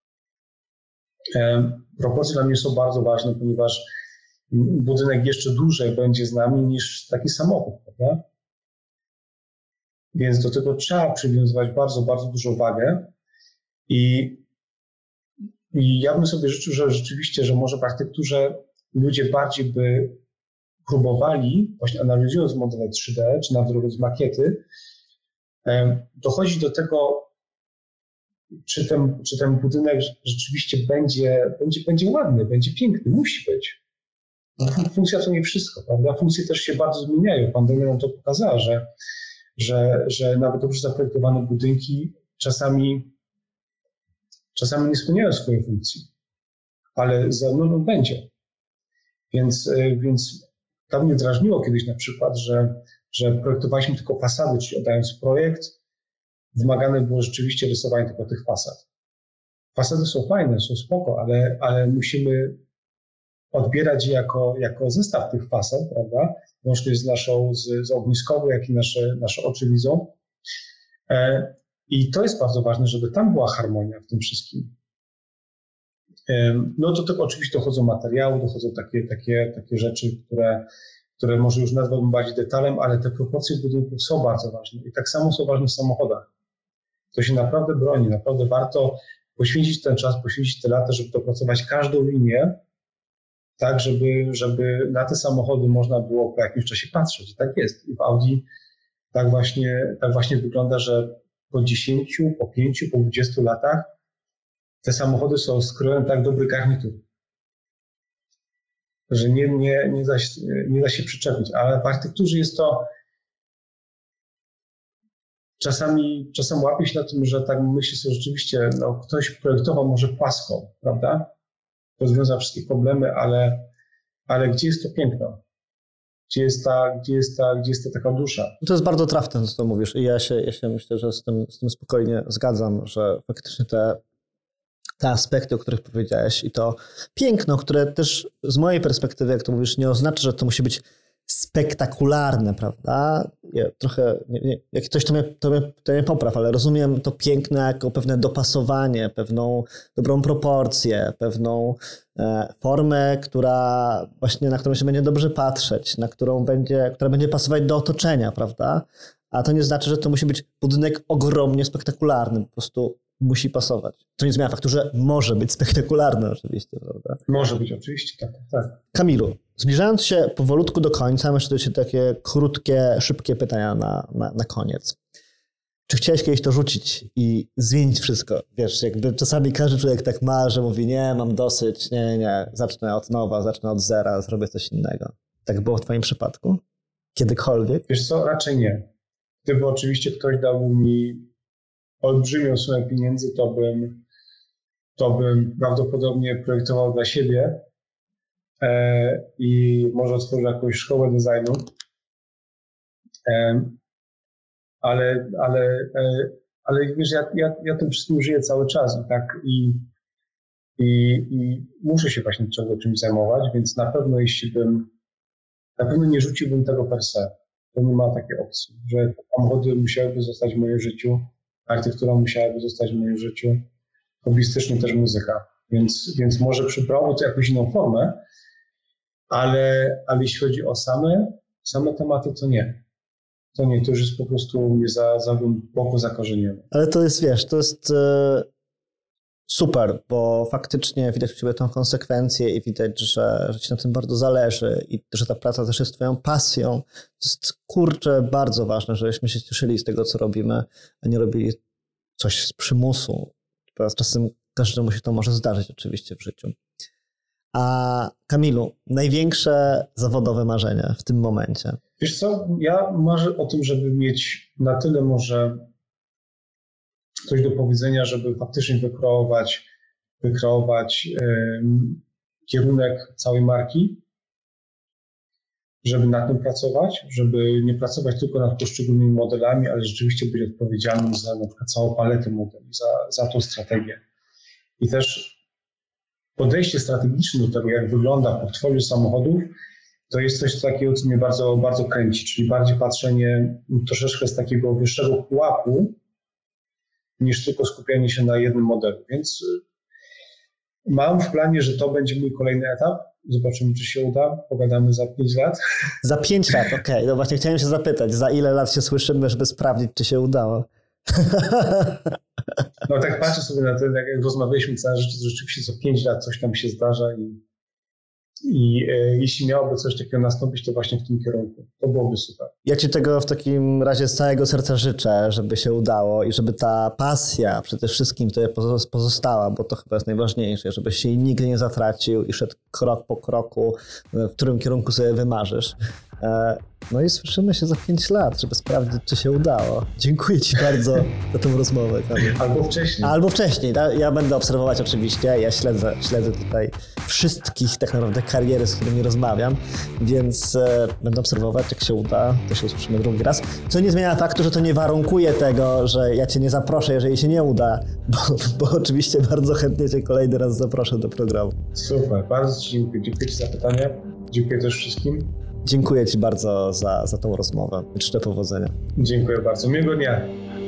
Proporcje dla mnie są bardzo ważne, ponieważ budynek jeszcze dłużej będzie z nami niż taki samochód, prawda? Więc do tego trzeba przywiązywać bardzo, bardzo dużą wagę i ja bym sobie życzył, że rzeczywiście, że może w architekturze ludzie bardziej by próbowali, właśnie analizując modele 3D, czy nawet robiąc makiety, dochodzić do tego, czy ten budynek rzeczywiście będzie ładny, będzie piękny, musi być. Funkcja to nie wszystko, prawda? Funkcje też się bardzo zmieniają. Pandemia nam to pokazała, że nawet dobrze zaprojektowane budynki czasami nie spełniają swojej funkcji, ale za mną będzie. Więc to mnie drażniło kiedyś na przykład, że projektowaliśmy tylko fasady, czyli oddając projekt, wymagane było rzeczywiście rysowanie tylko tych fasad. Fasady są fajne, są spoko, ale musimy odbierać je jako zestaw tych fasad, prawda? Łącznie z ogniskową, jak i nasze oczy widzą. I to jest bardzo ważne, żeby tam była harmonia w tym wszystkim. No do tego oczywiście dochodzą materiały, dochodzą takie rzeczy, które może już nazwałbym bardziej detalem, ale te proporcje budynków są bardzo ważne. I tak samo są ważne w samochodach. To się naprawdę broni, naprawdę warto poświęcić ten czas, poświęcić te lata, żeby dopracować każdą linię, tak, żeby na te samochody można było po jakimś czasie patrzeć. I tak jest. I w Audi tak właśnie wygląda, że po 10, po 5, po 20 latach te samochody są skrojone tak dobry garnitur, że nie da się przyczepić. Ale w architekturze jest to czasami łapię się na tym, że tak myślę sobie rzeczywiście, ktoś projektował może płasko, prawda? Rozwiązał wszystkie problemy, ale gdzie jest to piękno? Gdzie jest ta taka dusza? To jest bardzo trafne, co mówisz. I ja się myślę, że z tym spokojnie zgadzam, że faktycznie te aspekty, o których powiedziałeś i to piękno, które też z mojej perspektywy, jak to mówisz, nie oznacza, że to musi być spektakularne, prawda? ja trochę, jak ktoś to mnie popraw, ale rozumiem to piękne jako pewne dopasowanie, pewną dobrą proporcję, pewną formę, na którą się będzie dobrze patrzeć, która będzie pasować do otoczenia, prawda? A to nie znaczy, że to musi być budynek ogromnie spektakularny, po prostu musi pasować. To nie zmienia faktu, że może być spektakularny oczywiście, prawda? Może być oczywiście, tak. Kamilu, zbliżając się powolutku do końca, myślę, że to takie krótkie, szybkie pytania na koniec. Czy chciałeś kiedyś to rzucić i zmienić wszystko? Wiesz, jakby czasami każdy człowiek tak ma, że mówi nie, mam dosyć, nie, zacznę od nowa, zacznę od zera, zrobię coś innego. Tak było w twoim przypadku? Kiedykolwiek? Wiesz co, raczej nie. Gdyby oczywiście ktoś dał mi olbrzymią sumę pieniędzy, to bym prawdopodobnie projektował dla siebie i może otworzył jakąś szkołę designu. Ale wiesz, ja tym wszystkim żyję cały czas i muszę się właśnie ciągle czymś zajmować, więc na pewno nie rzuciłbym tego per se. To nie ma takiej opcji, że samochody musiałyby zostać w moim życiu, architektura musiałaby zostać w moim życiu, hobbystycznie też muzyka, więc może przybrałoby to jakąś inną formę, ale jeśli chodzi o same tematy, to nie. To już jest po prostu za głęboko zakorzenione. Ale to jest, wiesz, to jest super, bo faktycznie widać u ciebie tą konsekwencję i widać, że ci na tym bardzo zależy i że ta praca też jest twoją pasją. To jest, kurczę, bardzo ważne, żebyśmy się cieszyli z tego, co robimy, a nie robili coś z przymusu. Czasem każdemu się to może zdarzyć oczywiście w życiu. A Kamilu, największe zawodowe marzenie w tym momencie? Wiesz co, ja marzę o tym, żeby mieć na tyle może coś do powiedzenia, żeby faktycznie wykreować kierunek całej marki, żeby nad tym pracować, żeby nie pracować tylko nad poszczególnymi modelami, ale rzeczywiście być odpowiedzialnym za na przykład całą paletę modeli, za tą strategię. I też podejście strategiczne do tego, jak wygląda portfolio samochodów, to jest coś takiego, co mnie bardzo, bardzo kręci, czyli bardziej patrzenie troszeczkę z takiego wyższego pułapu, niż tylko skupianie się na jednym modelu. Więc mam w planie, że to będzie mój kolejny etap. Zobaczymy, czy się uda. Pogadamy za 5 lat. Za 5 lat, okej. No właśnie chciałem się zapytać, za ile lat się słyszymy, żeby sprawdzić, czy się udało? No tak patrzę sobie na to, jak rozmawialiśmy całe życie, to rzeczywiście co 5 lat coś tam się zdarza i jeśli miałoby coś takiego nastąpić, to właśnie w tym kierunku. To byłoby super. Ja ci tego w takim razie z całego serca życzę, żeby się udało i żeby ta pasja przede wszystkim tutaj pozostała, bo to chyba jest najważniejsze, żebyś się jej nigdy nie zatracił i szedł krok po kroku, w którym kierunku sobie wymarzysz. No i słyszymy się za 5 lat, żeby sprawdzić, czy się udało. Dziękuję ci bardzo za tę rozmowę, Kamil. Albo wcześniej. Ja będę obserwować oczywiście. Ja śledzę tutaj wszystkich tak naprawdę kariery, z którymi rozmawiam, więc będę obserwować, jak się uda, to się usłyszymy drugi raz. Co nie zmienia faktu, że to nie warunkuje tego, że ja cię nie zaproszę, jeżeli się nie uda, bo oczywiście bardzo chętnie cię kolejny raz zaproszę do programu. Super, bardzo ci dziękuję. Dziękuję ci za pytanie. Dziękuję też wszystkim. Dziękuję ci bardzo za tą rozmowę. Życzę powodzenia. Dziękuję bardzo. Miłego dnia.